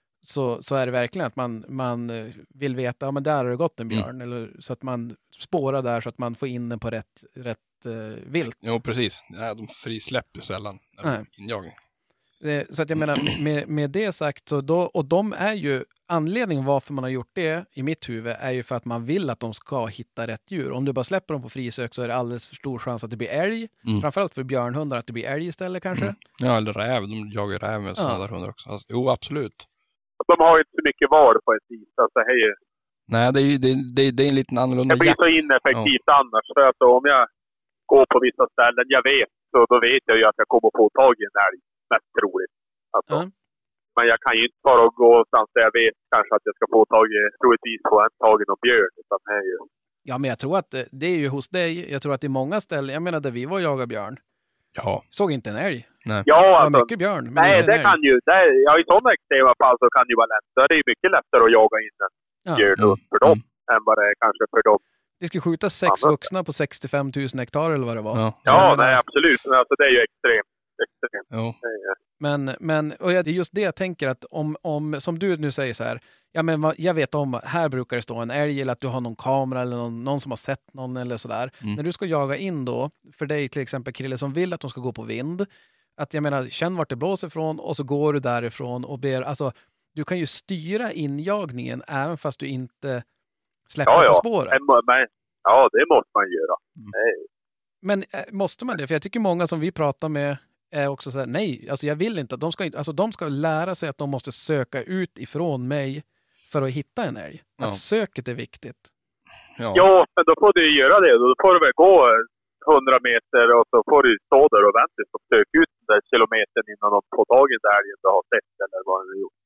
så är det verkligen att man vill veta, ja men där har det gått en björn. Eller så att man spårar där så att man får in den på rätt vilt. Jo precis, ja, de frisläpper sällan injagning. Så att jag menar, med det sagt, så då, och de är ju, anledningen varför man har gjort det i mitt huvud är ju för att man vill att de ska hitta rätt djur. Om du bara släpper dem på frisök så är det alldeles för stor chans att det blir älg. Framförallt för björnhundar att det blir älg istället kanske. Ja, eller räv. De jagar räv med sådana där hundar också. Alltså, jo, absolut. De har ju inte så mycket var på ett vis. Alltså, hej. Nej, det är en liten annorlunda jakt. Det blir så ineffektivt annars. För att om jag går på vissa ställen, jag vet, så då vet jag ju att jag kommer få tag i en älg. Mest troligt. Alltså. Men jag kan ju inte bara gå någonstans där jag vet kanske att jag ska få troligtvis få tag i någon björn. Utan här ju. Ja, men jag tror att det är ju hos dig. Jag tror att i många ställen, jag menar där vi var och jagade björn. Ja. Såg inte en älg. Nej. Ja, det var alltså, mycket björn. Men nej, det kan ju. I sådana extrema fall så kan det ju vara lätt. Då är det ju mycket lättare att jaga in en björn för dem än vad det är kanske för dem. Vi ska skjuta 6 vuxna på 65 000 hektar eller vad det var. Ja, nej, absolut. Men alltså, det är ju extremt. Jo. Men och det är just det jag tänker att om som du nu säger så här, ja men jag vet om här brukar det stå en älg eller att du har någon kamera eller någon som har sett någon eller sådär. När du ska jaga in då, för dig till exempel Krille som vill att de ska gå på vind, att jag menar känn vart det blåser ifrån och så går du därifrån och ber, alltså du kan ju styra injagningen även fast du inte släpper på spåret. Ja, det måste man göra. Men måste man det? För jag tycker många som vi pratar med är också så här, nej, alltså jag vill inte att de ska lära sig att de måste söka ut ifrån mig för att hitta en älg. Att söket är viktigt. Ja, men då får du göra det. Då får du väl gå 100 meter och så får du stå där och vänta och söka ut den där kilometern innan de får tag i den älgen du har sett eller vad du har gjort.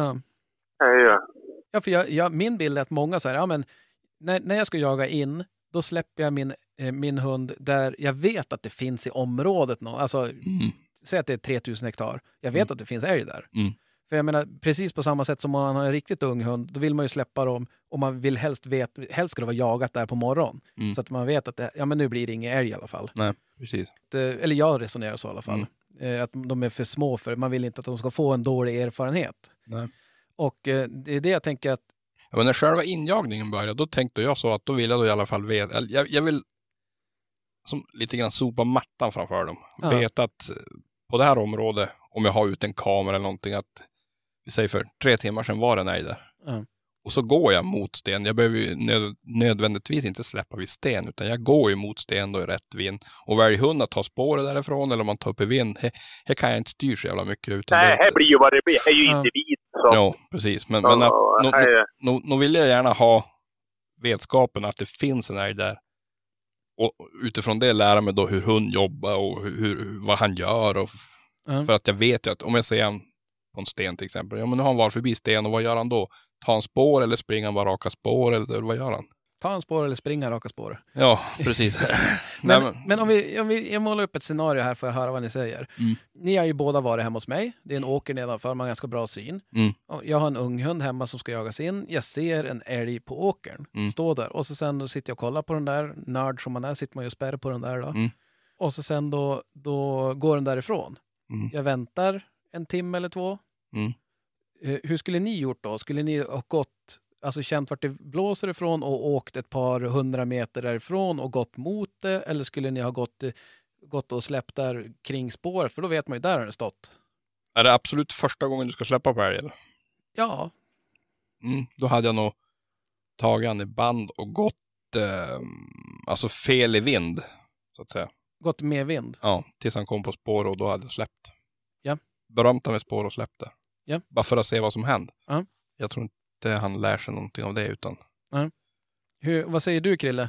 Ja, för min bild är att många säger, ja men när jag ska jaga in, då släpper jag min hund där jag vet att det finns i området. Alltså, säg att det är 3000 hektar. Jag vet att det finns älg där. För jag menar, precis på samma sätt som om man har en riktigt ung hund, då vill man ju släppa dem och man vill helst ska det vara jagat där på morgon. Så att man vet att men nu blir det ingen älg i alla fall. Nej, precis. Eller jag resonerar så i alla fall. Att de är för små för man vill inte att de ska få en dålig erfarenhet. Nej. Och det är det jag tänker att... Ja, men när själva injagningen började, då tänkte jag så att då vill jag då i alla fall veta... Jag vill som lite grann sopa mattan framför dem. Ja. Veta att på det här området, om jag har ut en kamera eller någonting, att vi säger för 3 timmar sedan var den ej där. Ja. Och så går jag mot sten. Jag behöver ju nödvändigtvis inte släppa vid sten, utan jag går ju mot sten då i rätt vind. Och väljer hund att ta spåret därifrån eller om man tar upp i vind, här kan jag inte styra så jävla mycket. Utan nej, här blir ju vad det blir. Det är ju individ. Så. Ja, precis. Men nu vill jag gärna ha vetskapen att det finns en älg där. Och utifrån det lära mig då hur hund jobbar och vad han gör. Och för att jag vet ju att om jag ser han på en sten till exempel, ja men nu har han varit förbi sten och vad gör han då? Tar han spår eller springer han bara raka spår eller vad gör han? Ta en spår eller springa raka spår. Ja, precis. men om jag målar upp ett scenario här för att höra vad ni säger. Ni har ju båda varit hemma hos mig. Det är en åker nedanför, man har ganska bra syn. Jag har en ung hund hemma som ska jagas in. Jag ser en älg på åkern. Stå där. Och så sen då sitter jag och kollar på den där. Nörd som man är sitter man ju och spärrar på den där då. Och så sen då går den därifrån. Jag väntar 1 timme eller 2. Hur skulle ni gjort då? Skulle ni ha gått, alltså känt vart det blåser ifrån och åkt ett par 100 meter därifrån och gått mot det? Eller skulle ni ha gått och släppt där kring spåret? För då vet man ju, där har den stått. Är det absolut första gången du ska släppa på älgen? Ja. Då hade jag nog tagit han i band och gått alltså fel i vind, så att säga. Gått med vind? Ja, tills han kom på spår och då hade jag släppt. Ja. Berömt med spår och släppte. Ja. Bara för att se vad som händer. Jag tror inte han lär sig någonting av det utan. Vad säger du, Krille?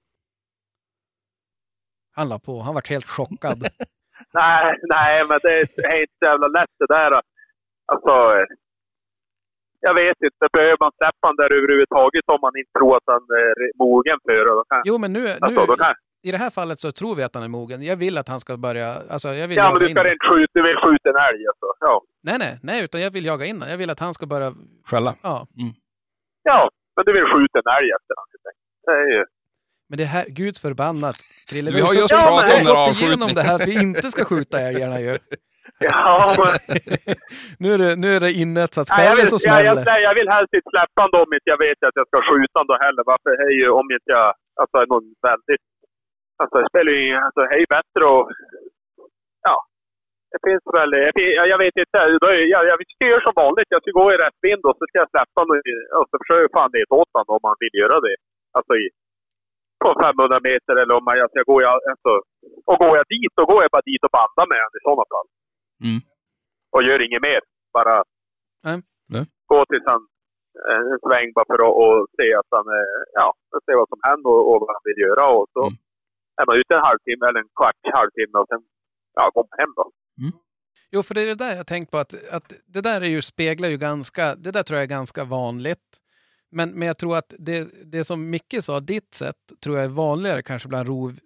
Han la på. Han var helt chockad. nej, men det är inte så jävla lätt det där. Alltså, jag vet inte. Behöver man släppa han där överhuvudtaget om man inte tror att han är mogen för det? Jo, men nu i det här fallet så tror vi att han är mogen. Jag vill att han ska börja... Alltså, jag vill men du ska inte skjuta. Du vill skjuta en älg. Alltså. Ja. Nej, utan jag vill jaga in. Jag vill att han ska börja... Skälla? Ja. Ja, men du vill skjuta en älg efter honom. Det är ju... Men det här, Guds förbannat, Krille, vi har just pratat om igenom det här att vi inte ska skjuta älgarna ju. Ja, men... nu är det inetsat själv så smäller. Jag vill helst inte släppa dem om inte jag vet att jag ska skjuta dem då heller. Varför är ju om inte jag... Alltså är någon väldigt... Alltså det spelar ju... Alltså det är ju bättre och... Ja. Det finns väl... Jag vet inte. Jag ska göra som vanligt. Jag ska gå i rätt vind och så ska jag släppa dem och så försöker jag fan det åt honom om man vill göra det. Alltså på 500 meter eller om jag ska gå... Alltså, och går jag dit, då går jag bara dit och bandar med honom i sådana fall. Och gör inget mer. Bara gå tills han en sväng bara för att se att han se vad som händer och vad han vill göra. Och så är man ute en halvtimme eller en halvtimme och sen kommer hem då. Jo, för det är det där jag tänkt på att det där är ju, speglar ju ganska, det där tror jag är ganska vanligt. Men jag tror att det som Micke sa, ditt sätt, tror jag är vanligare kanske bland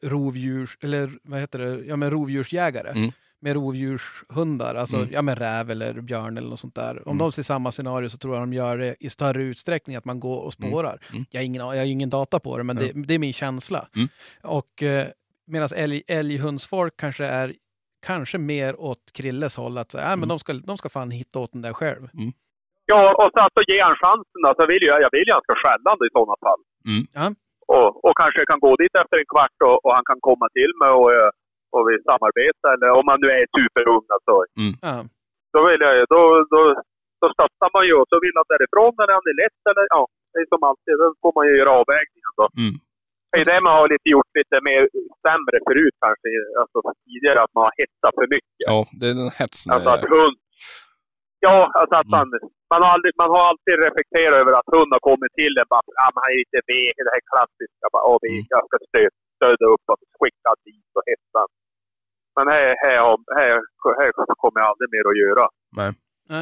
rovdjursjägare. Med rovdjurshundar, alltså med räv eller björn eller något sånt där. Om de ser samma scenario så tror jag de gör det i större utsträckning, att man går och spårar. Jag har ju ingen data på det, men det är min känsla. Och medan älghundsfolk kanske är mer åt Krilles håll, att men de ska fan hitta åt den där själv. Ja, och så att ge en chansen. Alltså, jag vill ganska skällande i sådana fall. Och kanske kan gå dit efter en kvart och han kan komma till mig och vi samarbetar. Eller om man nu är superung. Alltså. Då vill jag ju, då stöttar man ju och så vill han därifrån när han är lätt. Eller, det är som alltid, då får man ju göra avvägningen då. Det är det man har gjort lite mer sämre förut kanske. Alltså tidigare att man har hetsat för mycket. Ja, det är den hetsen. Alltså att hund... Ja, alltså att man har alltid reflekterat över att hund har kommit till en. Han är lite vek, det här klassiska. Jag ska stöda upp och skicka dit och hetsa. Men här kommer jag aldrig mer att göra. Nej.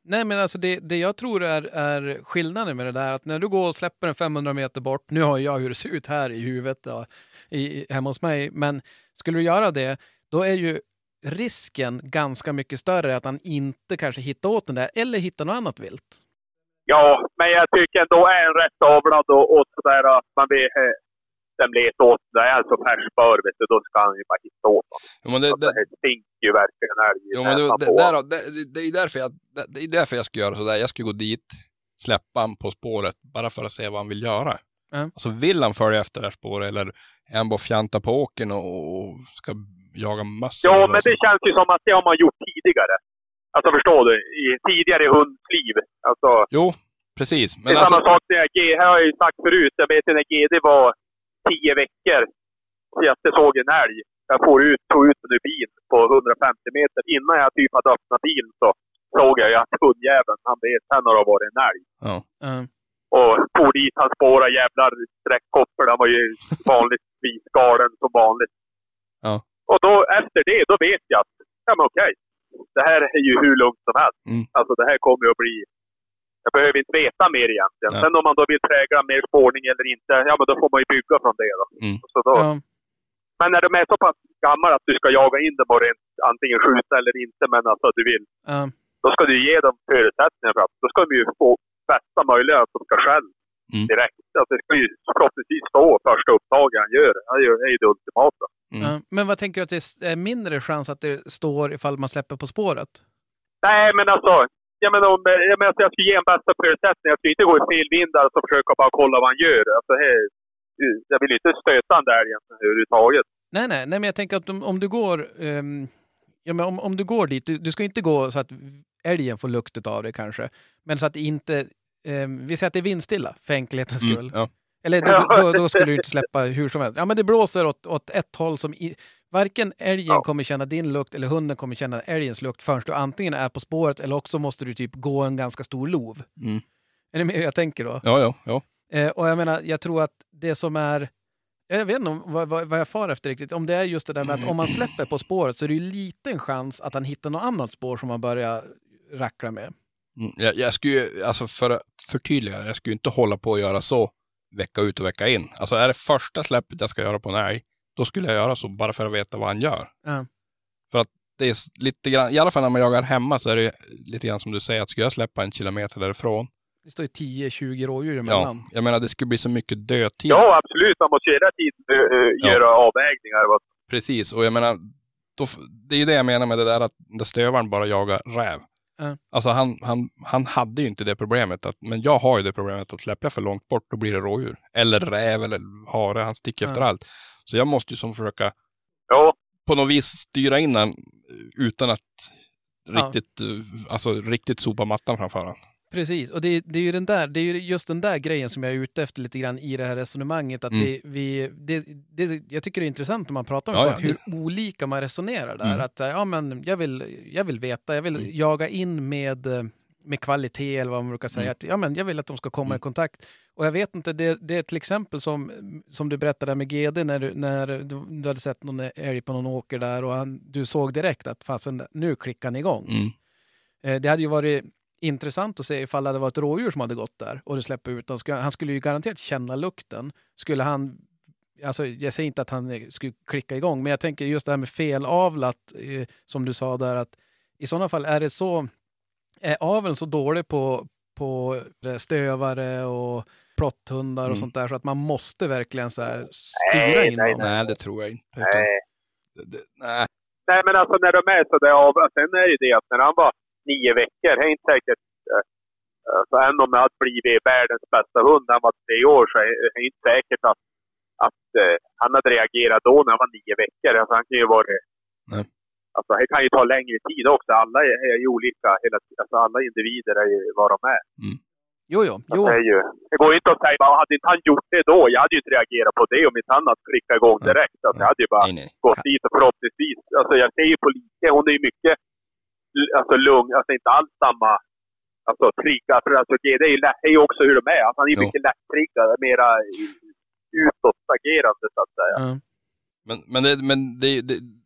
Nej, men alltså det jag tror är skillnaden med det där, att när du går och släpper en 500 meter bort, nu har jag hur det ser ut här i huvudet då, hemma hos mig, men skulle du göra det, då är ju risken ganska mycket större att han inte kanske hittar åt den där, eller hittar något annat vilt. Ja, men jag tycker ändå är en rätt avlad och sådär att man vill den letar åt, det är alltså färspör, vet du, då ska han ju bara hitta åt honom. Jo, men det stinker ju verkligen här. Jo, men det är därför jag ska göra sådär. Jag ska gå dit, släppa han på spåret, bara för att se vad han vill göra. Alltså vill han följa efter det här spåret, eller är han bara fjanta på åken och ska jaga massor? Ja, men det känns ju som att det har man gjort tidigare. Alltså förstår du, i tidigare hundsliv. Alltså, jo, precis. Men det är samma sak när jag har ju sagt förut, jag vet när GD var 10 veckor så jag såg en älg. Jag tog ut en bil på 150 meter. Innan jag typ hade öppnat bilen så såg jag ju att hundjäveln, han vet sen har det varit en älg. Ja. Och tog dit hans spåra jävlar sträckkoppel. Han var ju vanligtvis galen som vanligt. Ja. Och då efter det, då vet jag att ja, men okej. Det här är ju hur lugnt som helst. Alltså det här kommer ju att bli... Jag behöver inte veta mer egentligen. Ja. Sen om man då vill prägla mer spårning eller inte, ja men då får man ju bygga från det då. Så då. Ja. Men när de är så pass gamla att du ska jaga in dem och antingen skjuta eller inte, men alltså du vill. Då ska du ge dem förutsättningar för att då ska de ju få bästa möjliga att de ska själv direkt. Alltså det ska ju förhoppningsvis stå första upptaget han gör. Det är ju det ultimata. Men vad tänker du att det är mindre chans att det står ifall man släpper på spåret? Nej, men alltså... Jag skulle ge en bästa förutsättning. Jag ska inte gå i fel vindar och försöka bara kolla vad han gör. Alltså, jag vill inte stöta den där egentligen överhuvudtaget. Nej, men jag tänker att om du går... om du går dit, du ska inte gå så att älgen får luktet av det kanske. Men så att det inte... vi säger att det är vindstilla, för enkelhetens skull. Ja. Eller då skulle du inte släppa hur som helst. Ja, men det blåser åt ett håll som... Varken älgen kommer känna din lukt eller hunden kommer känna älgens lukt förrän du antingen är på spåret eller också måste du typ gå en ganska stor lov. Är det med hur jag tänker då? Ja. Och jag menar, jag tror att det som är... Jag vet inte vad jag far efter riktigt. Om det är just det där med att om man släpper på spåret så är det ju liten chans att han hittar något annat spår som man börjar rackla med. Jag skulle ju, alltså för att förtydliga, jag skulle inte hålla på att göra så vecka ut och vecka in. Alltså är det första släppet jag ska göra på en älg, då skulle jag göra så bara för att veta vad han gör. För att det är lite grann, i alla fall när man jagar hemma så är det lite grann som du säger, att ska jag släppa 1 kilometer därifrån. Det står ju 10-20 rådjur emellan. Ja, jag menar det skulle bli så mycket dödtid. Ja, absolut. Man måste hela tiden göra avvägningar. Precis, och jag menar, det är ju det jag menar med det där att den stövaren bara jagar räv. Alltså han hade ju inte det problemet, men jag har ju det problemet att släppa för långt bort, då blir det rådjur. Eller räv eller hare, han sticker efter allt. Så jag måste ju som försöka på något vis styra in den utan att riktigt sopa mattan framför den. Precis, och det är ju just den där grejen som jag är ute efter lite grann i det här resonemanget. Att jag tycker det är intressant när man pratar om hur olika man resonerar där. Att men jag vill veta, jag vill jaga in med kvalitet eller vad man brukar säga. Att, jag vill att de ska komma i kontakt. Och jag vet inte, det är till exempel som du berättade med GD när du hade sett någon älg på någon åker där och du såg direkt att nu klickar han igång. Det hade ju varit intressant att se ifall det hade varit ett rådjur som hade gått där och du släpper ut den. Han skulle ju garanterat känna lukten. Skulle han, alltså jag säger inte att han skulle klicka igång, men jag tänker just det här med felavlat som du sa där, att i sådana fall är aveln så dålig på stövare och protthundar och sånt där så att man måste verkligen så här styra in dem. Nej, det tror jag inte. Nej, men alltså när de är så där sen är det att när han var 9 veckor, det är inte säkert så än om det hade blivit världens bästa hund när han var 3 år så är det inte säkert att han hade reagerat då när han var 9 veckor. Alltså han kan ju vara alltså det kan ju ta längre tid också. Alla är ju olika, alltså alla individer är ju vad de är. Jo. Alltså det går ju inte att säga, hade inte han gjort det då, jag hade ju inte reagerat på det om inte han hade klickat igång direkt. Alltså jag hade ju bara gått dit och förhoppningsvis, alltså jag ser ju på lite, hon är ju mycket alltså lugn, alltså inte alls samma alltså trigga, för alltså det är ju också hur de är, alltså han är ju mycket lätt-triggad, mera utåtagerande så att säga. Men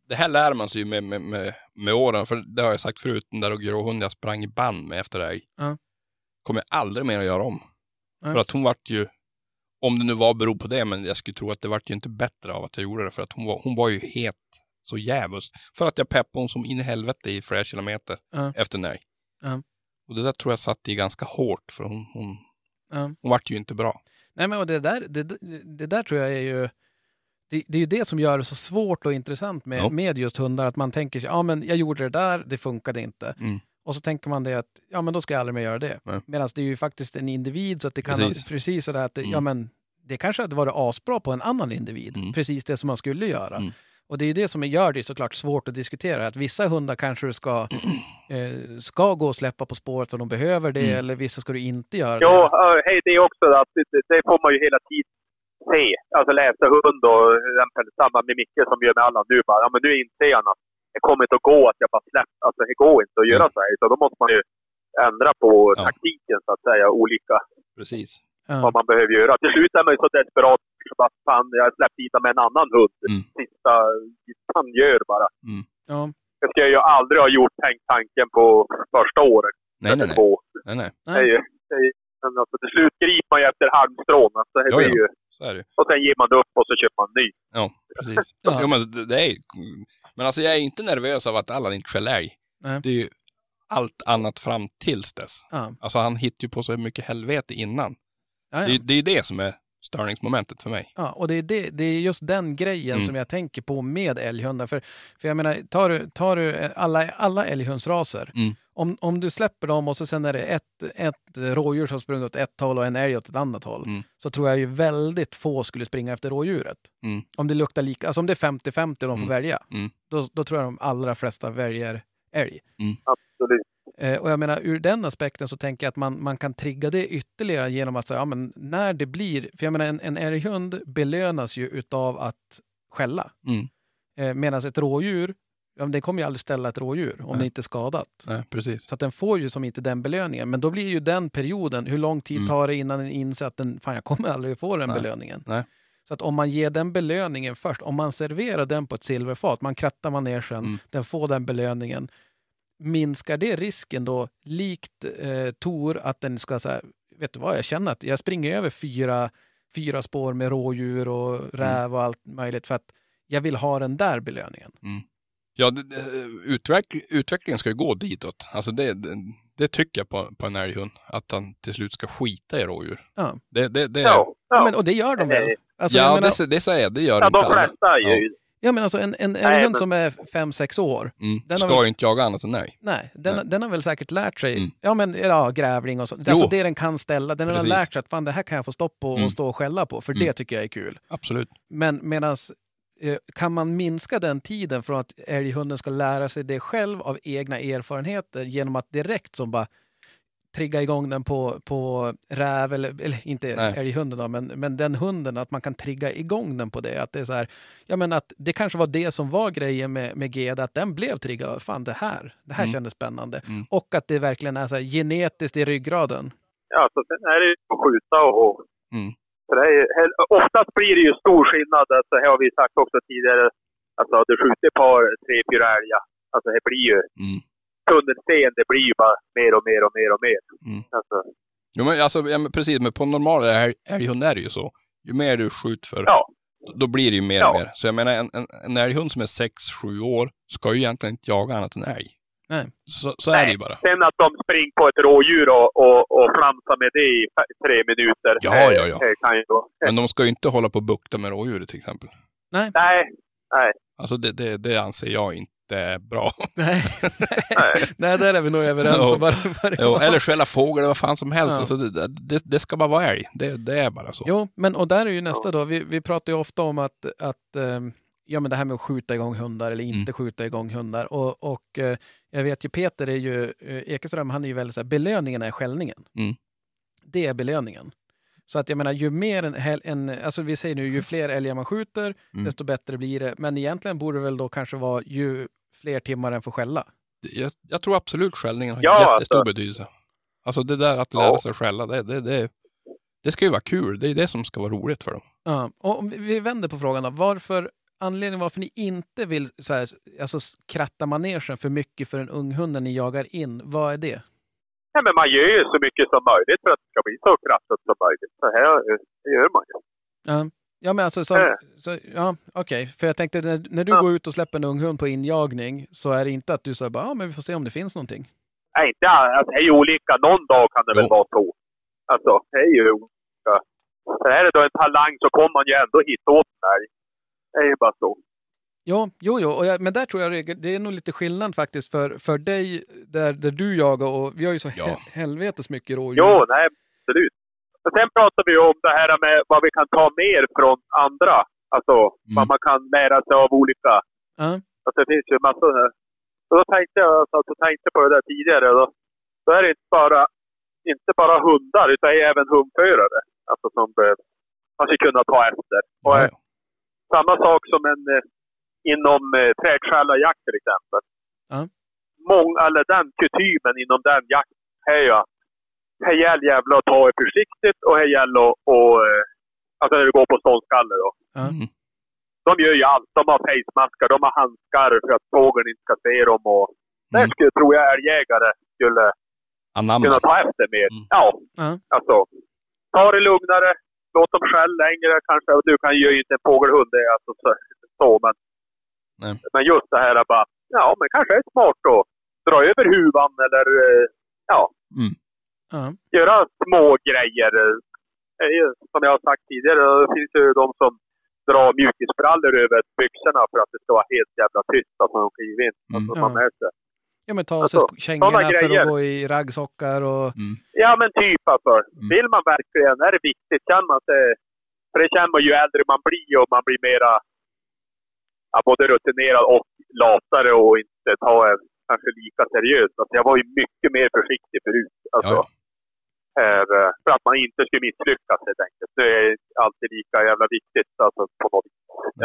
det här lär man sig ju med åren. För det har jag sagt förut, den där gråhund jag sprang i band med efter dig. Kommer jag aldrig mer att göra om. För att hon vart ju, om det nu var beror på det, men jag skulle tro att det vart ju inte bättre av att jag gjorde det. För att hon var ju helt så jävligt. För att jag peppade hon som in i helvete i flera kilometer efter nej. Och det där tror jag satt i ganska hårt, för hon vart ju inte bra. Nej, men och det där tror jag är ju det är ju det som gör det så svårt och intressant med just hundar, att man tänker sig, men jag gjorde det där, det funkade inte. Och så tänker man det att, men då ska jag aldrig mer göra det. Medan det är ju faktiskt en individ, så att det kan precis sådär att, men det kanske hade varit asbra på en annan individ. Precis det som man skulle göra. Och det är ju det som gör det såklart svårt att diskutera. Att vissa hundar kanske ska gå och släppa på spåret för de behöver det, eller vissa ska du inte göra det. Ja, hej, det är också att det får man ju hela tiden se. Alltså läsa hund och samma med Micke som gör med alla nu bara. Men nu inser han att det kommer inte att gå att jag bara släpper. Alltså det går inte att göra så här. Så då måste man ju ändra på taktiken så att säga, olika. Precis. Vad man behöver göra. Till slut är man ju så desperat att fan, jag har släppt hit med en annan hund. Sista han gör bara. Det ska jag ju aldrig ha gjort, tänkt tanken på första året. Nej. Men alltså, till slut griper man ju efter halmstrån. Alltså, ju, så är det. Och sen ger man upp och så köper man en ny. Ja, precis. Jo, men det är, men alltså jag är inte nervös av att Allan inte skäller älg. Det är ju allt annat fram tills dess. Alltså han hittar ju på så mycket helvete innan. Det är ju det som är störningsmomentet för mig. Ja, och det är just den grejen som jag tänker på med älghundar. För jag menar, tar du alla älghundsraser, om du släpper dem och så sen är det ett rådjur som springer åt ett håll och en älg åt ett annat håll, så tror jag ju väldigt få skulle springa efter rådjuret. Om det luktar lika, alltså om det är 50-50 och de får välja, då tror jag de allra flesta väljer älg. Absolut. Och jag menar, ur den aspekten så tänker jag att man kan trigga det ytterligare genom att säga, men när det blir, för jag menar en älghund belönas ju utav att skälla. Medan ett rådjur, det kommer ju aldrig ställa ett rådjur om det inte är skadat. Nej, precis. Så att den får ju som inte den belöningen. Men då blir ju den perioden, hur lång tid tar det innan den inser att jag kommer aldrig få den belöningen. Nej. Så att om man ger den belöningen först, om man serverar den på ett silverfat, man krattar manegen, den får den belöningen, minskar det risken då, likt Tor, att den ska säga, vet du vad, jag känner att jag springer över fyra spår med rådjur och räv och allt möjligt för att jag vill ha den där belöningen. Ja, utvecklingen ska ju gå ditåt. Alltså det tycker jag på en älghund, att han till slut ska skita i rådjur. Ja. Men, och det gör de väl? Alltså, det säger jag, det gör inte alla. De flesta ju. Ja, men alltså en älghund som är 5-6 år. Den ska ju inte jaga annat än nej. Nej, den har väl säkert lärt sig. Grävling och så. Alltså det den kan ställa. Den har lärt sig att fan, det här kan jag få stopp på och stå och skälla på. För det tycker jag är kul. Absolut. Men medans kan man minska den tiden från att älghunden ska lära sig det själv av egna erfarenheter genom att direkt som bara trigga igång den på räv eller inte älghunden då, men den hunden, att man kan trigga igång den på det, att det är så här, att det kanske var det som var grejen med Geda, att den blev triggad, fan det här kändes spännande, och att det verkligen är så här genetiskt i ryggraden. Ja, så sen är det ju att skjuta och för det är, oftast blir det ju stor skillnad, alltså här har vi sagt också tidigare, alltså du skjuter ett par 3-4 älgar, alltså det blir ju tunnelseende blir ju bara mer och mer och mer och mer. Alltså. Precis, men på normal älghund är det ju så. Ju mer du skjuter för, då blir det ju mer och mer. Så jag menar, en älghund som är 6-7 år ska ju egentligen inte jaga annat än älg. Nej. Så är det ju bara. Sen att de springer på ett rådjur och flamsar med det i 3 minuter. Ja. Kan ju då. Men de ska ju inte hålla på och bukta med rådjuret till exempel. Nej. Alltså det anser jag inte är bra. Nej, där är vi nog överens. Eller skälla fågel eller vad fan som helst. Alltså det ska bara vara älg. Det är bara så. Jo, men och där är ju nästa då. Vi pratar ju ofta om att men det här med att skjuta igång hundar eller inte skjuta igång hundar. Och jag vet ju Peter är ju, Ekeström, han är ju väldigt så här, belöningen är skällningen. Det är belöningen. Så att jag menar, ju mer alltså vi säger nu, ju fler älgar man skjuter, desto bättre blir det. Men egentligen borde det väl då kanske vara ju fler timmar än för skälla. Jag tror absolut skällningen har jättestor betydelse. Alltså det där att lära sig skälla, det ska ju vara kul. Det är det som ska vara roligt för dem. Ja, och vi vänder på frågan då. Varför anledningen varför ni inte vill så här, alltså, kratta manegen för mycket för en unghund när ni jagar in? Vad är det? Ja, men man gör ju så mycket som möjligt för att det ska bli så kraftigt som möjligt. Så här det gör man ju. Ja, men alltså, okej. För jag tänkte, när du går ut och släpper en unghund på injagning så är det inte att du säger bara, men vi får se om det finns någonting. Nej, inte alltså, det är ju olika. Någon dag kan det väl vara så. Alltså, det är ju olika. Så här är då en talang så kommer man ju ändå hitta åt den här. Det är ju bara så. Jo. Men där tror jag det är nog lite skillnad faktiskt för dig där du jagar och vi har ju så helvetes mycket rådjur. Jo, nej, absolut. Men sen pratar vi om det här med vad vi kan ta mer från andra. Alltså, vad man kan lära sig av olika. Alltså, det finns ju massor. Och då tänkte jag på det där tidigare. Då är det inte bara hundar utan även hundförare. Alltså som man ska kunna ta efter. Och samma sak som inom trädskällarjakt till exempel. Eller den kutymen inom den jakten är ju att det gäller jävla att ta det försiktigt och det gäller att alltså när du går på ståndskalle då. De gör ju allt. De har facemaskar, de har handskar för att fågeln inte ska se dem. Och där tror jag älgjägare skulle kunna ta efter mer. Ja, alltså ta det lugnare. Låt dem själv längre kanske. Du kan ju inte en fågelhund det alltså så men just det här bara, men kanske är det smart att dra över huvan eller göra små grejer. Som jag har sagt tidigare, det finns ju de som drar mjukisbrallor över byxorna för att det ska vara helt jävla tyst att man kan giva in. Alltså, man med sig. Ja, men ta av sig kängorna för att gå i raggsockar och... Ja, men typ alltså. Vill man verkligen, är det viktigt, känner man att för det känner man ju äldre man blir och man blir mera både rutinerad och latare och inte ta kanske lika seriöst. Alltså, jag var ju mycket mer försiktig förut. Alltså, för att man inte skulle misslyckas helt enkelt. Det är alltid lika jävla viktigt alltså, på något vis.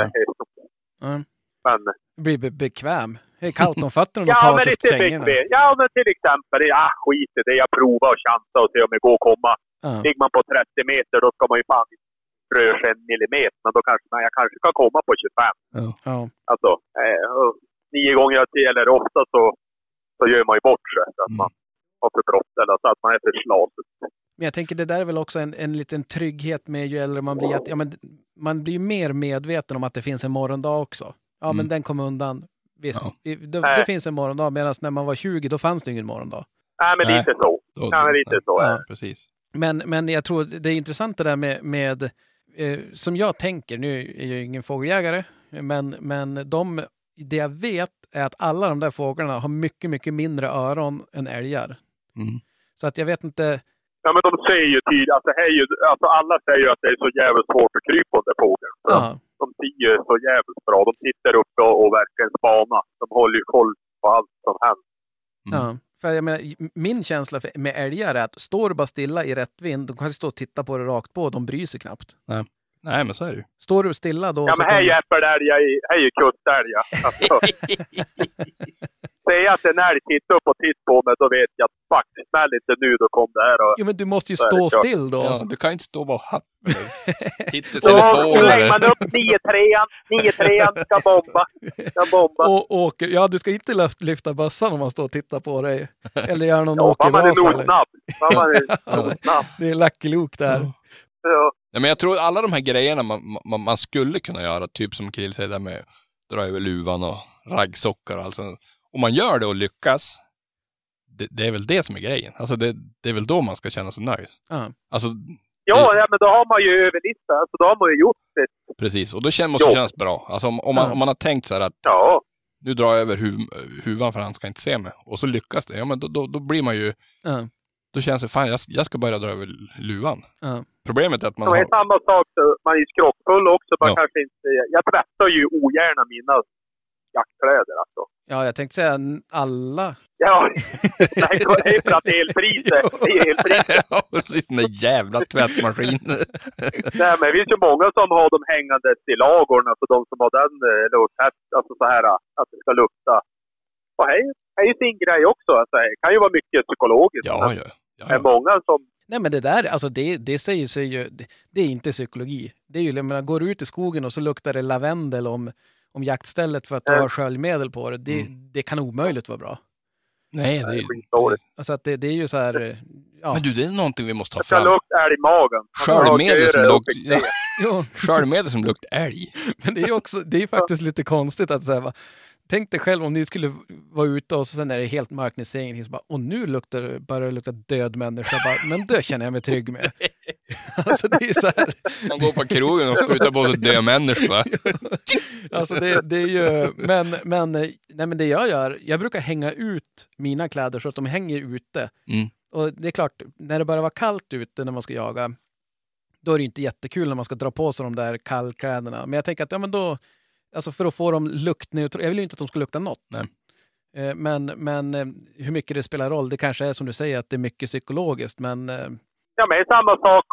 Men, det blir bekväm. Det är kallt om fötterna och ta sig på kängorna. Ja, men till exempel, skit i det. Jag provar och chansar och se om det går att komma. Ligger man på 30 meter, då ska man ju fan röra sig 1 millimeter. Men då kanske jag kanske kan komma på 25. Alltså, 9 gånger eller ofta så gör man ju bort sig. Så att man har för brott eller så att man är för slaset. Men jag tänker det där är väl också en liten trygghet med ju äldre man blir. Att, man blir mer medveten om att det finns en morgondag också. Ja, men den kom undan. Visst, det finns en morgondag. Medan när man var 20, då fanns det ingen morgondag. Nej, men lite så. Lite så. Ja, precis. Men jag tror det är intressant det där med som jag tänker, nu är jag ingen fågeljägare, men det jag vet är att alla de där fåglarna har mycket, mycket mindre öron än älgar. Så att jag vet inte... Ja, men de säger ju tydligt, alltså alla säger ju att det är så jävligt svårt att krypa under fågeln. De ser ju så jävligt bra. De sitter uppe och verkligen spana. De håller ju koll på allt som händer. Ja, för jag menar, min känsla med älgar är att står du bara stilla i rätt vind, de kan stå och titta på det rakt på, de bryr sig knappt. Nej, men så är det ju. Står du stilla då... Ja, men här hjälper det här är ju kustälgar. Alltså. Säg att en älg tittar upp och tittar på mig, då vet jag att fuck, smäll inte nu, då kom det här. Och jo, men du måste ju stå still då. Ja, du kan inte stå bara titta i telefonen. Då lägger man upp 9-3, ska bomba. Och åker. Ja, du ska inte lyfta bössan om man står och tittar på dig. Eller göra någon åkerbas. Man är nog snabb. Det är Lucky Luke där. Ja, men jag tror alla de här grejerna man skulle kunna göra, typ som Kill säger där med dra över luvan och raggsockar och allt sånt. Om man gör det och lyckas, det är väl det som är grejen. Alltså det är väl då man ska känna sig nöjd. Alltså, men då har man ju överlistat. Alltså då har man ju gjort det. Precis, och då måste det kännas bra. Alltså om man har tänkt så här att nu drar jag över huvan för han ska inte se mig. Och så lyckas det. Ja, men då blir man ju... Då känns det, fan jag ska börja dra över luvan. Problemet är att man har... Det är samma sak, man är skrockfull också. Man kanske inte... Jag tvättar ju ogärna mina jaktkläder alltså. Ja, jag tänkte säga alla. Ja, det är för att det är elpriset. Ja, precis, den där jävla tvättmaskinen. Nej, men det finns ju många som har dem hängandes i lagorna. Alltså de som har den alltså så här att det ska lukta. Och hej är ju sin grej också. Alltså, det kan ju vara mycket psykologiskt. Ja. Det är många som Nej, men det där, alltså det säger sig ju, det är inte psykologi. Det är ju, jag menar, går du ut i skogen och så luktar det lavendel om jaktstället för att du har sköljmedel på det. Det kan omöjligt vara bra. Nej, det är ju... Alltså att det är ju så här... Ja. Men du, det är någonting vi måste ta Det fram. luktar älg i magen. Sköljmedel som luktar älg. Men det är också, det är faktiskt lite konstigt att säga. Tänk dig själv om ni skulle vara ute och sen är det helt mörkt, ni ser ingenting, så bara, och nu börjar det lukta död människa. Bara, men det känner jag mig trygg med. Alltså det är så här. Han går på krogen och sprutar på sig död människa. Alltså det är ju, men det jag gör, jag brukar hänga ut mina kläder så att de hänger ute. Mm. Och det är klart, när det börjar vara kallt ute när man ska jaga, då är det inte jättekul när man ska dra på sig de där kallkläderna. Men jag tänker att, ja men då, alltså för att få dem luktneutrala, jag vill ju inte att de ska lukta något. Nej. Men hur mycket det spelar roll, det kanske är som du säger att det är mycket psykologiskt, men... Ja, men det är samma sak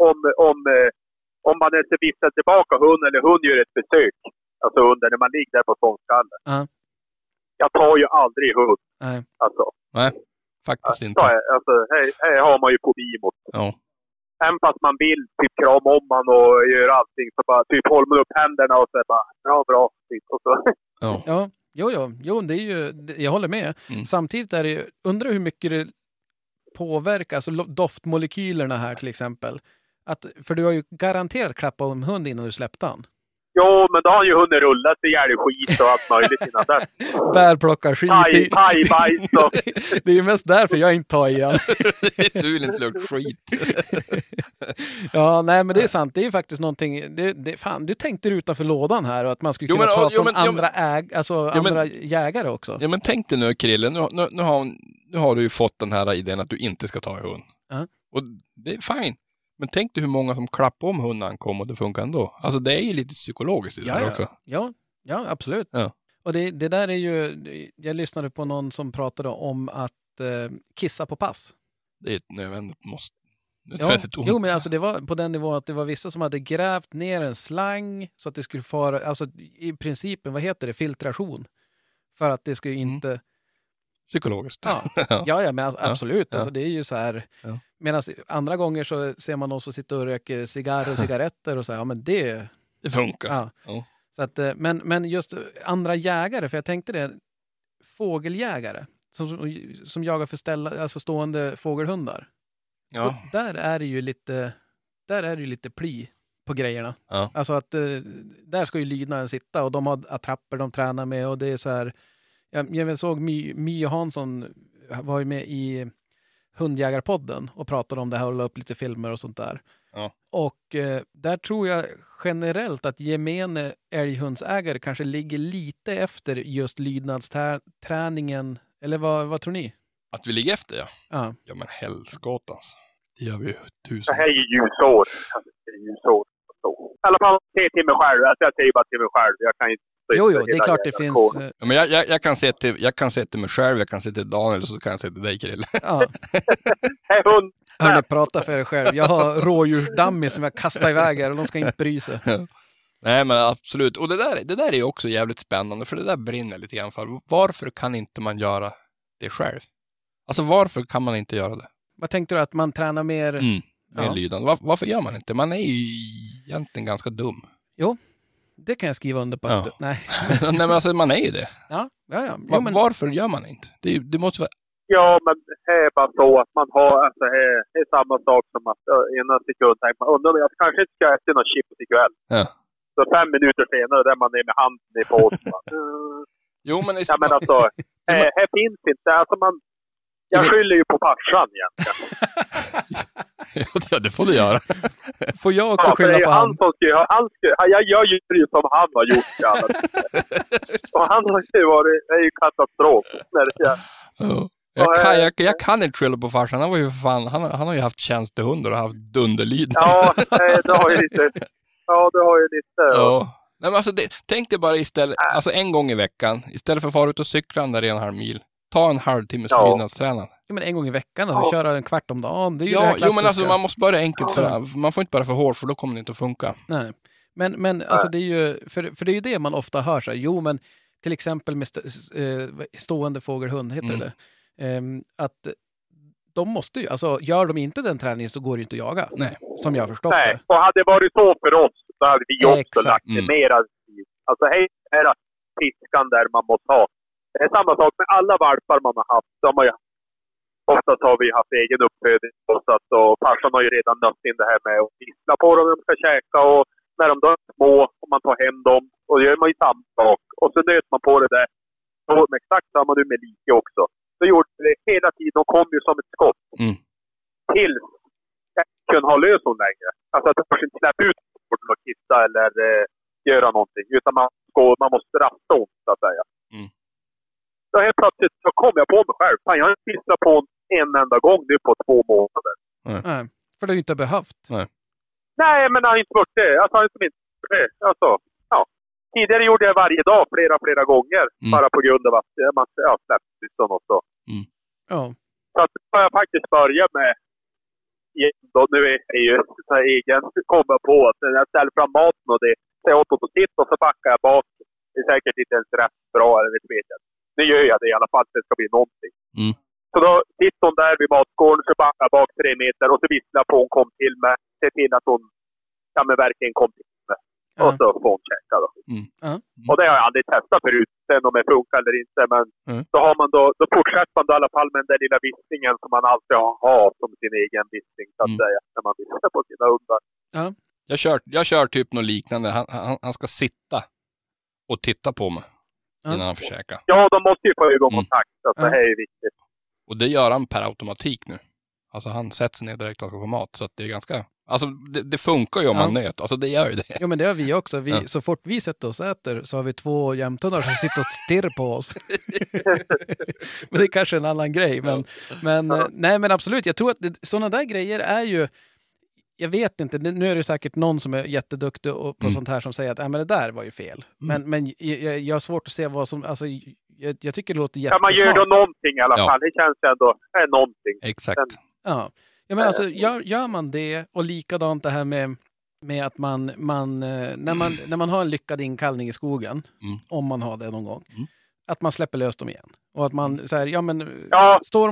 om man inte viftar tillbaka hund eller hund gör ett besök. Alltså under när man ligger där på ståndskallen. Uh-huh. Jag tar ju aldrig hund. Nej. Alltså. Nej, faktiskt inte. Alltså, här har man ju fobi mot. Ja. Även fast man vill typ krama om man och gör allting, så bara typ håller man upp händerna och så bara, ja bra. Och så. Ja. Jo, det är ju, jag håller med. Samtidigt är det, undrar hur mycket det påverkar, alltså doftmolekylerna här till exempel. För du har ju garanterat klappat om hund innan du släppte han. Jo, men då har ju hunden rullat i skit och allt möjligt innan dess. Bärplockar skit. Thai-bajs och... Det är ju mest därför jag inte tar igen. Du vill inte lukta skit. Ja, nej men det är sant. Det är faktiskt någonting... Fan, du tänkte utanför lådan här och att man skulle kunna ta från andra jägare också. Ja, men tänk dig nu, Krille. Nu har du ju fått den här idén att du inte ska ta i hund. Uh-huh. Och det är fine. Men tänk dig hur många som klappar om hunden kom och det funkar ändå. Alltså det är ju lite psykologiskt i det här också. Ja, absolut. Ja. Och det där är ju... Jag lyssnade på någon som pratade om att kissa på pass. Det är ett nödvändigt måste. Jo, men alltså det var på den nivån att det var vissa som hade grävt ner en slang så att det skulle fara... Alltså i principen, vad heter det? Filtration. För att det skulle inte... Psykologiskt. Ja, men absolut. Ja. Alltså, det är ju så här... Ja. Medan andra gånger så ser man någon som sitter och röker cigarrer och cigaretter och så här, ja men det funkar. Ja. Ja. Så att, men just andra jägare, för jag tänkte det, fågeljägare som jagar för alltså stående fågelhundar. Ja. Där är det ju lite pli på grejerna. Ja. Alltså att där ska ju lydnaden sitta och de har attrapper de tränar med och det är så här, jag såg My Hansson var ju med i Hundjägarpodden och pratade om det här och la upp lite filmer och sånt där. Ja. Och där tror jag generellt att gemene älghundsägare kanske ligger lite efter just lydnadsträningen. Eller vad tror ni? Att vi ligger efter, ja. Ja, men helskotans. Det gör vi ju 1000. Det här är ju ljusår. I alla fall se till mig själv. Alltså, jag säger bara till mig själv. Jag kan inte... Jo, det är klart det finns... Ja, men jag kan se till mig själv, jag kan se till Daniel och så kan jag se till dig, Krille. Ja. Hörni, prata för er själv. Jag har rådjursdammi som jag kastar iväg här och de ska inte bry sig. Nej, men absolut. Och det där är ju också jävligt spännande, för det där brinner lite grann för. Varför kan inte man göra det själv? Alltså varför kan man inte göra det? Vad tänkte du, att man tränar mer... Mer lydande. Varför gör man inte? Man är ju egentligen ganska dum. Jo. Det kan jag skriva under på. Ja. Nej. Nej, men alltså man är ju det. Ja. Jo, men... Varför gör man inte? Det måste vara... Ja, men det är bara så att man har, alltså det är samma sak som att ena sekund tänker man, undrar jag kanske inte ska äta någon chips ikväll. Ja. Så 5 minuter senare där man är med handen i påsen. Jo, men... Ja, men alltså, här finns inte, alltså jag skyller ju på farsan egentligen. Ja, det får du göra. Får jag också skylla på han? Jag gör ju det som han har gjort. Och han har ju varit, det är ju katastrof. Jag kan inte skylla på farsan. Han var ju fan, han har ju haft tjänstehundar och haft dunderlyd. Ja, det har ju lite. Ja. Nej, men alltså tänk dig bara istället, alltså en gång i veckan, istället för att fara ut och cykla där 1,5 mil. Ta en halvtimmes lydnadsträning. Ja, men en gång i veckan, alltså köra en kvart om dagen. Det är ju men alltså man måste börja enkelt, man får inte bara för hårt, för då kommer det inte att funka. Nej, men alltså det är ju, för det är ju det man ofta hör så här, jo men till exempel med stående fågelhund heter det. Att de måste ju, alltså gör de inte den träningen så går det inte att jaga. Nej. Som jag har förstått Nej, det. och hade det varit så för oss, då hade vi också Exakt. lagt det mera tid. Alltså hela fiskan där man måste ha. Det är samma sak med alla valpar man har haft. Oftast har vi haft egen uppfödning och farsan har ju redan nött in det här med att vissla på dem när de ska käka och när de då är små och man tar hem dem och då gör man ju samma sak. Och så nöt man på det där. Och med exakt samma nu med like också. Så gjorde det hela tiden, de kom ju som ett skott. Tills jag kunde ha lös dem längre. Alltså att de inte släppa ut och kissa eller göra någonting. Utan man måste rasta om, så att säga. Så helt plötsligt så kom jag på mig själv. Fan, jag har inte kissat på en enda gång nu på 2 månader. Nej, för det har ju inte behövt. Nej, men han har inte gjort det. Alltså, han har inte det. Alltså, ja. Tidigare gjorde jag varje dag flera gånger. Bara på grund av att man släppte ut och så. Ja. Så att har jag faktiskt börjat med nu är jag ju så här egen komma på att när jag ställer fram maten och det säger åt att sitta och så backar jag bak. Det är säkert inte ens rätt bra eller vet jag. Nu gör jag det i alla fall så det ska bli någonting. Så då sitter hon där vid matskålen så backar jag bak 3 meter och så visslar på hon kom till mig. Se till att hon verkligen kom till mig. Och så får hon checka då. Och det har jag aldrig testat förut sen om det funkar eller inte. Men då fortsätter man då i alla fall med den där lilla vissningen som man alltid har som sin egen vissning så att säga. När man visslar på sina hundar. Jag kör typ något liknande. Han ska sitta och titta på mig innan han försöker. Ja, de måste ju få ögonkontakt. Så det här är viktigt. Och det gör han per automatik nu. Alltså han sätter sig ner direkt och ska få mat. Så att det är ganska... Alltså det funkar ju om man nöt. Alltså det gör ju det. Jo, men det har vi också. Så fort vi sätter oss och äter så har vi 2 jämthundar som sitter och stirrar på oss. Men det är kanske en annan grej. Nej, men absolut. Jag tror att sådana där grejer är ju... Jag vet inte, nu är det säkert någon som är jätteduktig på sånt här som säger att men det där var ju fel. Men jag har svårt att se vad som... Alltså, jag tycker det låter jättesmart. Ja, man gör då någonting i alla fall. Det känns ändå någonting. Exakt. Ja, men alltså gör man det och likadant det här med att man när man har en lyckad inkallning i skogen, om man har det någon gång, att man släpper lös dem igen. Och att man så här, står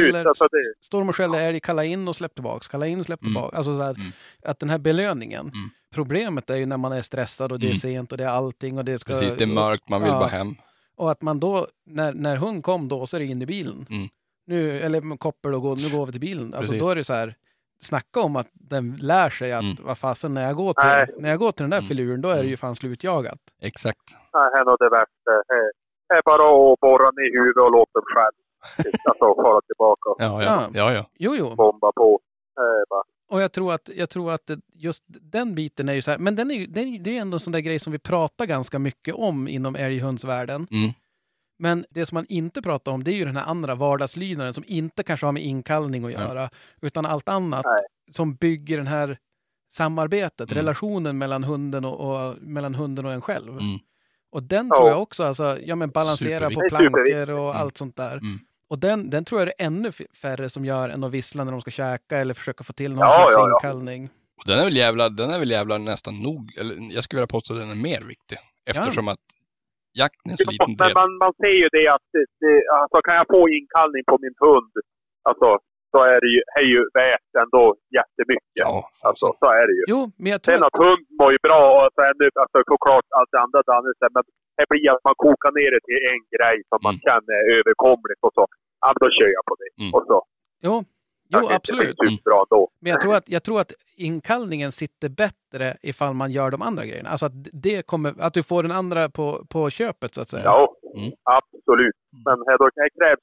de och skäller älg, kalla in och släpp tillbaks, kalla in och släpp tillbaks. Alltså så här, att den här belöningen. Problemet är ju när man är stressad och det är sent och det är allting och det ska... Precis, det är mörkt, man vill bara hem. Och att man då, när hund kom då, så är det in i bilen. Nu, eller koppel och nu går vi till bilen. Alltså då är det så här, snacka om att den lär sig att vad fasen, när jag går till den där filuren, då är det ju fan slutjagat. Exakt. Nej, det är nog det värsta. Det är bara att borra ner i huvudet och låta dem själv. Alltså fara tillbaka. Ja. Jo. Bomba på. Och jag tror att just den biten är ju så här, men det är ändå en sån där grej som vi pratar ganska mycket om inom älghundsvärlden. Men det som man inte pratar om, det är ju den här andra vardagslydnaden som inte kanske har med inkallning att göra, utan allt annat som bygger den här samarbetet, relationen mellan hunden och mellan hunden och en själv. Och den tror jag också, alltså, balansera på plankor och allt sånt där. Och den tror jag det är ännu färre som gör än att vissla när de ska käka eller försöka få till någon slags inkallning. Och den är väl jävla nästan nog, eller jag skulle vilja påstå att den är mer viktig. Eftersom att jakten är så liten del. Men man ser ju det att alltså, kan jag få inkallning på min hund, alltså, så är det ju värt ändå jättemycket. Ja, alltså, så är det ju. Jo, men jag tror att hund mår ju bra och så är det, alltså, såklart allt det andra men det blir att man kokar ner det till en grej som man känner är överkomligt och så. Ja, då kör jag på det. Och så. Jo, absolut. Bra då. Men jag tror att inkallningen sitter bättre ifall man gör de andra grejerna. Alltså att du får den andra på köpet så att säga. Ja, absolut. Men då krävs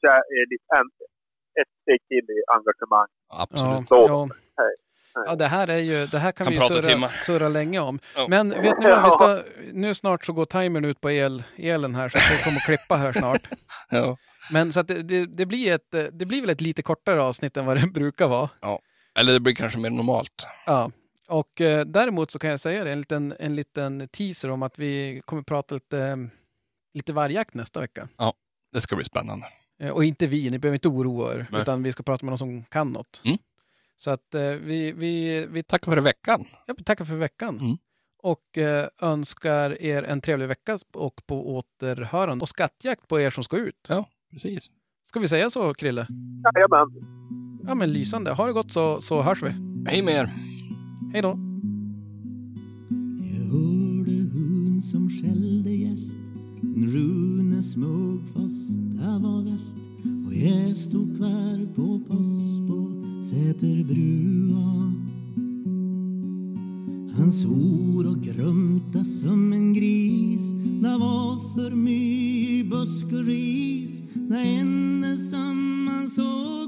ett steg till i engagemang. Absolut. Ja, det här kan vi surra länge om. Men vet ni vad, nu snart så går timern ut på elen här så vi kommer att klippa här snart. Men så att det blir väl ett lite kortare avsnitt än vad det brukar vara. Ja, eller det blir kanske mer normalt. Ja, och däremot så kan jag säga det, en liten teaser om att vi kommer prata lite vargjakt nästa vecka. Ja, det ska bli spännande. Och inte ni behöver inte oroa er, utan vi ska prata med någon som kan något. Så att vi tackar för veckan. Ja, tackar för veckan. Och önskar er en trevlig vecka och på återhörande. Och skattjakt på er som ska ut. Ja, precis. Ska vi säga så, Krille? Jajamän. Ja, men lysande. Ha det gott så hörs vi. Hej med er. Hej då. Jag hörde hon som skällde gäst. Rune smög fast det var väst. Och jag stod kvar på post på Säterbrua. Han svor och grömta som en gris. Det var för mycket busk och ris. Det enda som man såg